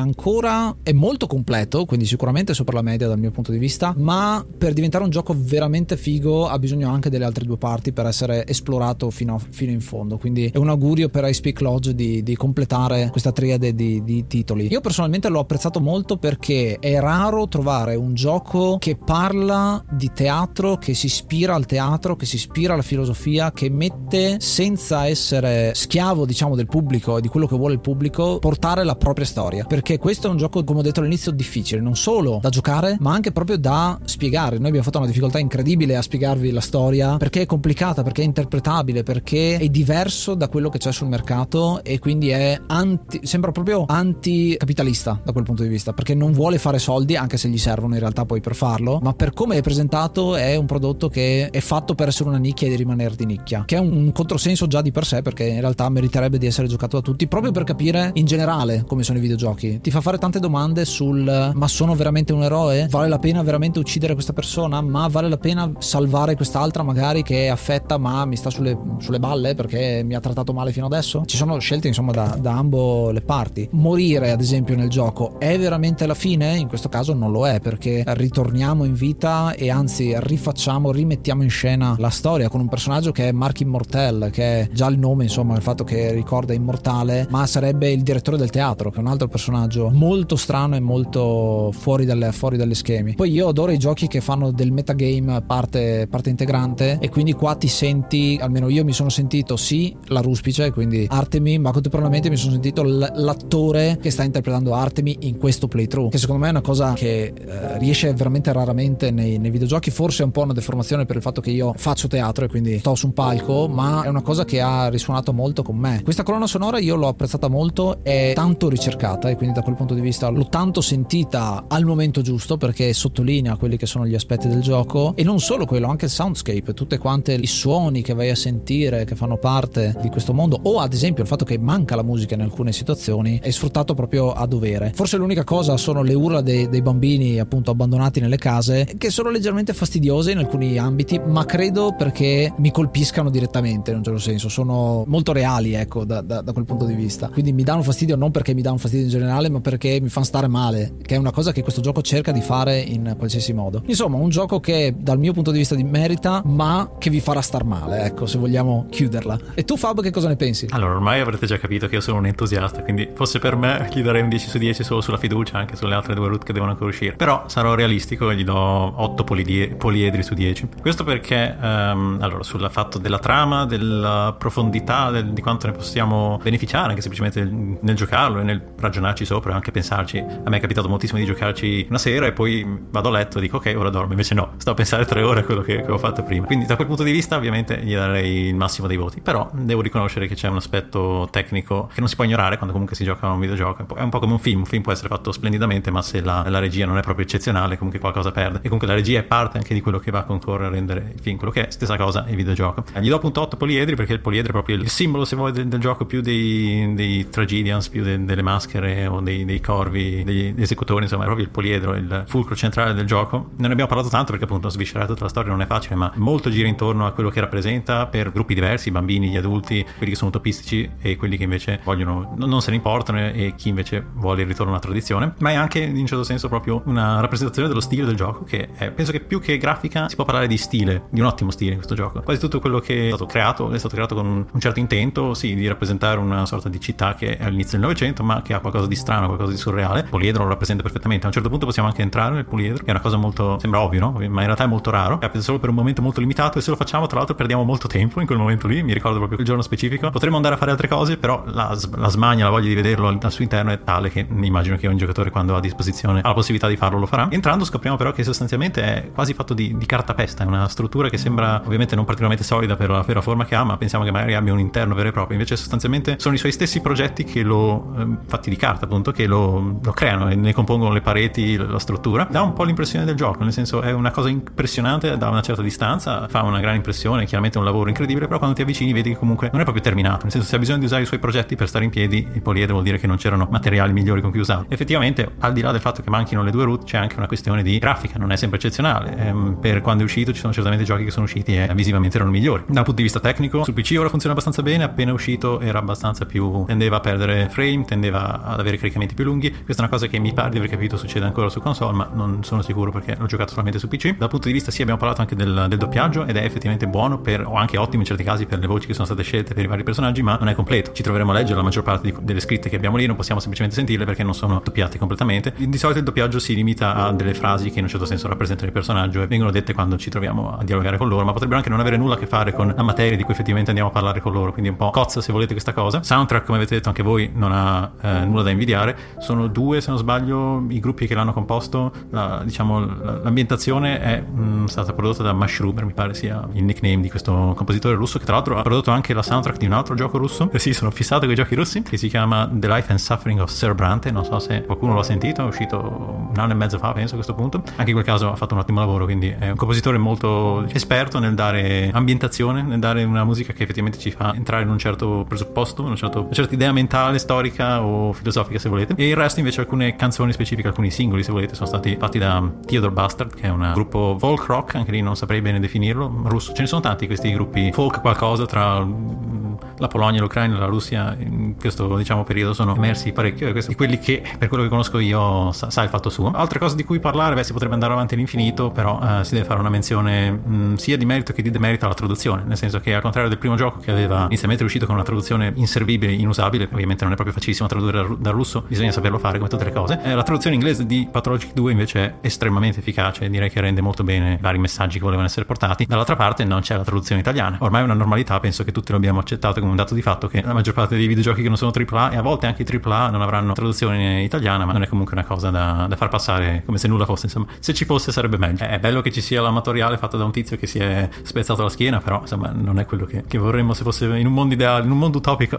molto completo, quindi sicuramente sopra la media dal mio punto di vista, ma per diventare un gioco veramente figo ha bisogno anche delle altre due parti per essere esplorato fino in fondo. Quindi è un augurio per I Speak Lodge di completare questa triade di titoli. Io personalmente l'ho apprezzato molto, perché è raro trovare un gioco che parla di teatro, che si ispira al teatro, che si ispira alla filosofia, che mette, senza essere schiavo diciamo del pubblico e di quello che vuole il pubblico, portare la propria storia. Perché questo è un gioco, come ho detto all'inizio, difficile non solo da giocare ma anche proprio da spiegare. Noi abbiamo fatto una difficoltà incredibile a spiegarvi la storia, perché è complicata, perché è interpretabile, perché è diverso da quello che c'è sul mercato, e quindi sembra proprio anticapitalista da quel punto di vista, perché non vuole fare soldi, anche se gli servono in realtà poi per farlo, ma per come è presentato è un prodotto che è fatto per essere una nicchia e di rimanere di nicchia, che è un controsenso già di per sé, perché in realtà meriterebbe di essere giocato da tutti, proprio per capire in generale come sono i videogiochi. Ti fa fare tante domande ma sono veramente un eroe? Vale la pena veramente uccidere questa persona? Ma vale la pena salvare quest'altra magari che è affetta ma mi sta sulle balle perché mi ha trattato male fino adesso? Ci sono scelte insomma da ambo le parti. Morire ad esempio nel gioco è veramente la fine? In questo caso non lo è, perché ritorniamo in vita e anzi rimettiamo in scena la storia con un personaggio che è Mark Immortel, che è già il nome insomma, il fatto che ricorda immortale, ma sarebbe il direttore del teatro, che è un altro personaggio molto strano e molto fuori dalle schemi. Poi io adoro i giochi che fanno del metagame parte integrante, e quindi qua ti senti, almeno io mi sono sentito sì la ruspice, quindi Artemy, ma contemporaneamente mi sono sentito l'attore che sta interpretando Artemy in questo playthrough, che secondo me è una cosa che riesce veramente raramente nei videogiochi. Forse è un po' una deformazione per il fatto che io faccio teatro e quindi sto su un palco, ma è una cosa che ha risuonato molto con me. Questa colonna sonora io l'ho apprezzata molto, è tanto ricercata e quindi da quel punto di vista l'ho tanto sentita al momento giusto, perché sottolinea quelli che sono gli aspetti del gioco, e non solo quello, anche il soundscape, tutte quante i suoni che vai a sentire che fanno parte di questo mondo, o ad esempio il fatto che manca la musica in alcune situazioni è sfruttato proprio a dovere. Forse l'unica cosa sono le urla dei bambini appunto abbandonati nelle case, che sono leggermente fastidiose in alcuni ambiti, ma credo perché mi colpiscano direttamente in un certo senso, sono molto reali, ecco, da quel punto di vista. Quindi mi danno fastidio non perché mi danno fastidio in generale, ma perché mi fanno stare male, che è una cosa che questo gioco cerca di fare in qualsiasi modo. Insomma, un gioco che dal mio punto di vista merita, ma che vi farà star male, ecco, se vogliamo chiuderla. E tu Fab, che cosa ne pensi? Allora, ormai avrete già capito che io sono un entusiasta, quindi fosse per me gli darei un 10 su 10 solo sulla fiducia, anche sulle altre due route che devono ancora uscire. Però sarò realistico e gli do 8 poliedri su 10. Questo perché allora, sul fatto della trama, della profondità, di quanto ne possiamo beneficiare iniziare, anche semplicemente nel giocarlo e nel ragionarci sopra, anche pensarci. A me è capitato moltissimo di giocarci una sera e poi vado a letto e dico ok, ora dormo, invece no, sto a pensare 3 ore a quello che ho fatto prima. Quindi da quel punto di vista ovviamente gli darei il massimo dei voti, però devo riconoscere che c'è un aspetto tecnico che non si può ignorare quando comunque si gioca a un videogioco. È un po' come un film può essere fatto splendidamente, ma se la regia non è proprio eccezionale comunque qualcosa perde, e comunque la regia è parte anche di quello che va a concorrere a rendere il film quello che è. Stessa cosa il videogioco. Gli do appunto 8 poliedri, perché il poliedro è proprio il simbolo, se vuoi, del gioco, più dei tragedians, più delle maschere o dei corvi, degli esecutori, insomma è proprio il poliedro, il fulcro centrale del gioco. Non ne abbiamo parlato tanto perché appunto sviscerare tutta la storia non è facile, ma molto gira intorno a quello che rappresenta per gruppi diversi, i bambini, gli adulti, quelli che sono utopistici e quelli che invece vogliono, non se ne importano, e chi invece vuole il ritorno a una tradizione. Ma è anche in un certo senso proprio una rappresentazione dello stile del gioco, che è, penso che più che grafica si può parlare di stile, di un ottimo stile in questo gioco. Quasi tutto quello che è stato creato con un certo intento, sì, di rappresentare una sorta di città che è all'inizio del Novecento ma che ha qualcosa di strano, qualcosa di surreale. Il poliedro lo rappresenta perfettamente. A un certo punto possiamo anche entrare nel poliedro, che è una cosa molto, sembra ovvio, no? Ma in realtà è molto raro, capita solo per un momento molto limitato, e se lo facciamo tra l'altro perdiamo molto tempo in quel momento lì. Mi ricordo proprio quel giorno specifico. Potremmo andare a fare altre cose, però la smania, la voglia di vederlo al suo interno è tale che immagino che ogni giocatore, quando ha a disposizione, ha la possibilità di farlo, lo farà. Entrando scopriamo però che sostanzialmente è quasi fatto di cartapesta, è una struttura che sembra ovviamente non particolarmente solida per la forma che ha, ma pensiamo che magari abbia un interno vero e proprio. Invece sostanzialmente sono i suoi stessi progetti che fatti di carta appunto, che lo creano e ne compongono le pareti, la struttura. Dà un po' l'impressione del gioco, nel senso è una cosa impressionante da una certa distanza, fa una gran impressione, chiaramente è un lavoro incredibile, però quando ti avvicini vedi che comunque non è proprio terminato, nel senso se hai bisogno di usare i suoi progetti per stare in piedi, il poliedro vuol dire che non c'erano materiali migliori con cui usarlo. Effettivamente, al di là del fatto che manchino le 2 root, c'è anche una questione di grafica, non è sempre eccezionale. Per quando è uscito ci sono certamente giochi che sono usciti e visivamente erano migliori. Dal punto di vista tecnico, sul PC ora funziona abbastanza bene, appena uscito era abbastanza più, tendeva a perdere frame, tendeva ad avere caricamenti più lunghi. Questa è una cosa che mi pare di aver capito succede ancora su console, ma non sono sicuro perché l'ho giocato solamente su PC. Dal punto di vista, sì, abbiamo parlato anche del doppiaggio, ed è effettivamente buono o anche ottimo in certi casi per le voci che sono state scelte per i vari personaggi, ma non è completo. Ci troveremo a leggere la maggior parte delle scritte che abbiamo lì, non possiamo semplicemente sentirle perché non sono doppiate completamente. Di solito il doppiaggio si limita a delle frasi che in un certo senso rappresentano il personaggio e vengono dette quando ci troviamo a dialogare con loro, ma potrebbero anche non avere nulla a che fare con la materia di cui effettivamente andiamo a parlare con loro, quindi un po' cozza, se volete, questa cosa. Soundtrack, come avete detto anche voi, non ha nulla da invidiare. Sono 2, se non sbaglio, i gruppi che l'hanno composto. L'ambientazione è stata prodotta da Mushroom, mi pare sia il nickname di questo compositore russo, che tra l'altro ha prodotto anche la soundtrack di un altro gioco russo. Sì, sono fissato con i giochi russi, che si chiama The Life and Suffering of Sir Brante. Non so se qualcuno l'ha sentito, è uscito 1 anno e mezzo fa, penso, a questo punto. Anche in quel caso ha fatto un ottimo lavoro, quindi è un compositore molto esperto nel dare ambientazione, nel dare una musica che effettivamente ci fa entrare in un certo presupposto, una certa idea mentale, storica o filosofica, se volete. E il resto invece, alcune canzoni specifiche, alcuni singoli, se volete, sono stati fatti da Theodore Bastard, che è un gruppo folk rock, anche lì non saprei bene definirlo, russo. Ce ne sono tanti questi gruppi folk qualcosa, tra la Polonia, l'Ucraina e la Russia in questo, diciamo, periodo sono emersi parecchio, e questi quelli che, per quello che conosco io, sa il fatto suo. Altre cose di cui parlare, si potrebbe andare avanti all'infinito, però si deve fare una menzione sia di merito che di demerito alla traduzione, nel senso che, al contrario del primo gioco, che aveva inizialmente uscito con una traduzione inservibile, inusabile, ovviamente non è proprio facilissimo tradurre dal russo, bisogna saperlo fare come tutte le cose. La traduzione inglese di Pathologic 2 invece è estremamente efficace, direi che rende molto bene i vari messaggi che volevano essere portati. Dall'altra parte non c'è la traduzione italiana, ormai è una normalità, penso che tutti lo abbiamo accettato come un dato di fatto, che la maggior parte dei videogiochi che non sono AAA, e a volte anche i AAA, non avranno traduzione italiana, ma non è comunque una cosa da far passare come se nulla fosse. Insomma, se ci fosse sarebbe meglio. È bello che ci sia l'amatoriale fatto da un tizio che si è spezzato la schiena, però insomma non è quello che vorremmo se fosse in un mondo ideale, in un mondo utopico.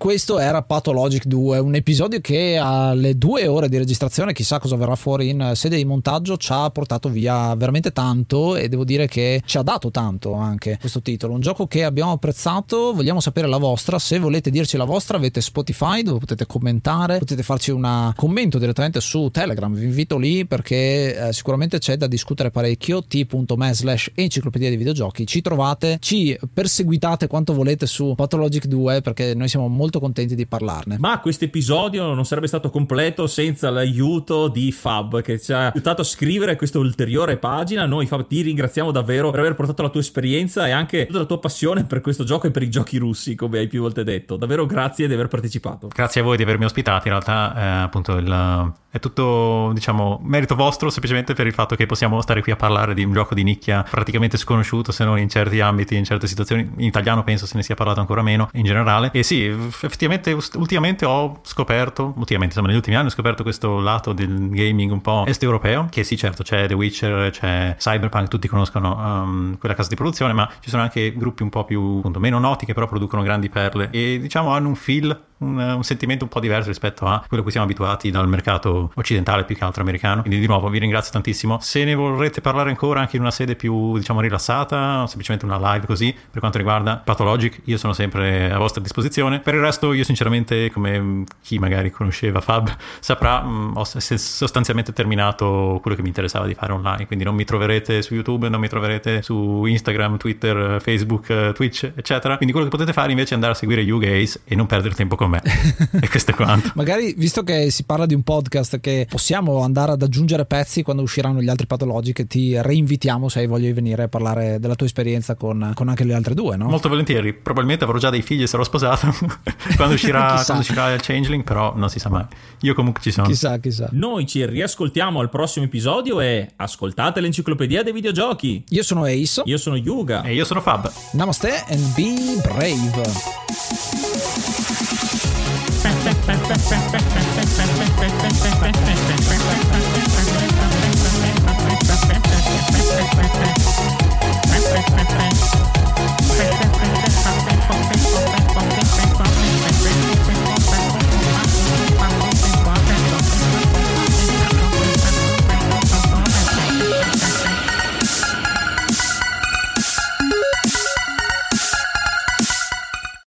questo era Pathologic 2, un episodio che alle 2 ore di registrazione, chissà cosa verrà fuori in sede di montaggio, ci ha portato via veramente tanto, e devo dire che ci ha dato tanto anche questo titolo. Un gioco che abbiamo apprezzato, vogliamo sapere la vostra. Se volete dirci la vostra, avete Spotify dove potete commentare, potete farci un commento direttamente su Telegram, vi invito lì perché sicuramente c'è da discutere parecchio. t.me/enciclopedia di videogiochi, ci trovate, ci perseguitate quanto volete su Pathologic 2 perché noi siamo molto contenti di parlarne. Ma questo episodio non sarebbe stato completo senza l'aiuto di Fab, che ci ha aiutato a scrivere questa ulteriore pagina. Noi Fab ti ringraziamo davvero per aver portato la tua esperienza e anche tutta la tua passione per questo gioco e per i giochi russi, come hai più volte detto. Davvero grazie di aver partecipato. Grazie a voi di avermi ospitato. In realtà appunto è tutto, diciamo, merito vostro, semplicemente per il fatto che possiamo stare qui a parlare di un gioco di nicchia praticamente sconosciuto, se non in certi ambiti, in certe situazioni. In italiano penso se ne sia parlato ancora meno in generale. E sì, effettivamente ultimamente insomma negli ultimi anni ho scoperto questo lato del gaming un po' est europeo, che sì, certo, c'è The Witcher, c'è Cyberpunk, tutti conoscono quella casa di produzione, ma ci sono anche gruppi un po' più, appunto, meno noti, che però producono grandi perle e, diciamo, hanno un feel, un sentimento un po' diverso rispetto a quello a cui siamo abituati dal mercato occidentale, più che altro americano. Quindi di nuovo vi ringrazio tantissimo. Se ne vorrete parlare ancora anche in una sede più, diciamo, rilassata, o semplicemente una live così, per quanto riguarda Pathologic, io sono sempre a vostra disposizione. Per il resto io sinceramente, come chi magari conosceva Fab saprà, ho sostanzialmente terminato quello che mi interessava di fare online, quindi non mi troverete su YouTube, non mi troverete su Instagram, Twitter, Facebook, Twitch, eccetera. Quindi quello che potete fare invece è andare a seguire Yuga Ace e non perdere tempo con me. E questo è quanto. Magari, visto che si parla di un podcast, che possiamo andare ad aggiungere pezzi quando usciranno gli altri Pathologic, ti reinvitiamo se hai voglia di venire a parlare della tua esperienza con anche le altre due, no? Molto volentieri. Probabilmente avrò già dei figli e sarò sposato quando uscirà il Changeling, però non si sa mai. Io comunque ci sono. Chissà. Noi ci riascoltiamo al prossimo episodio e ascoltate l'enciclopedia dei videogiochi. Io sono Ace. Io sono Yuga. E io sono Fab. Namaste and be brave.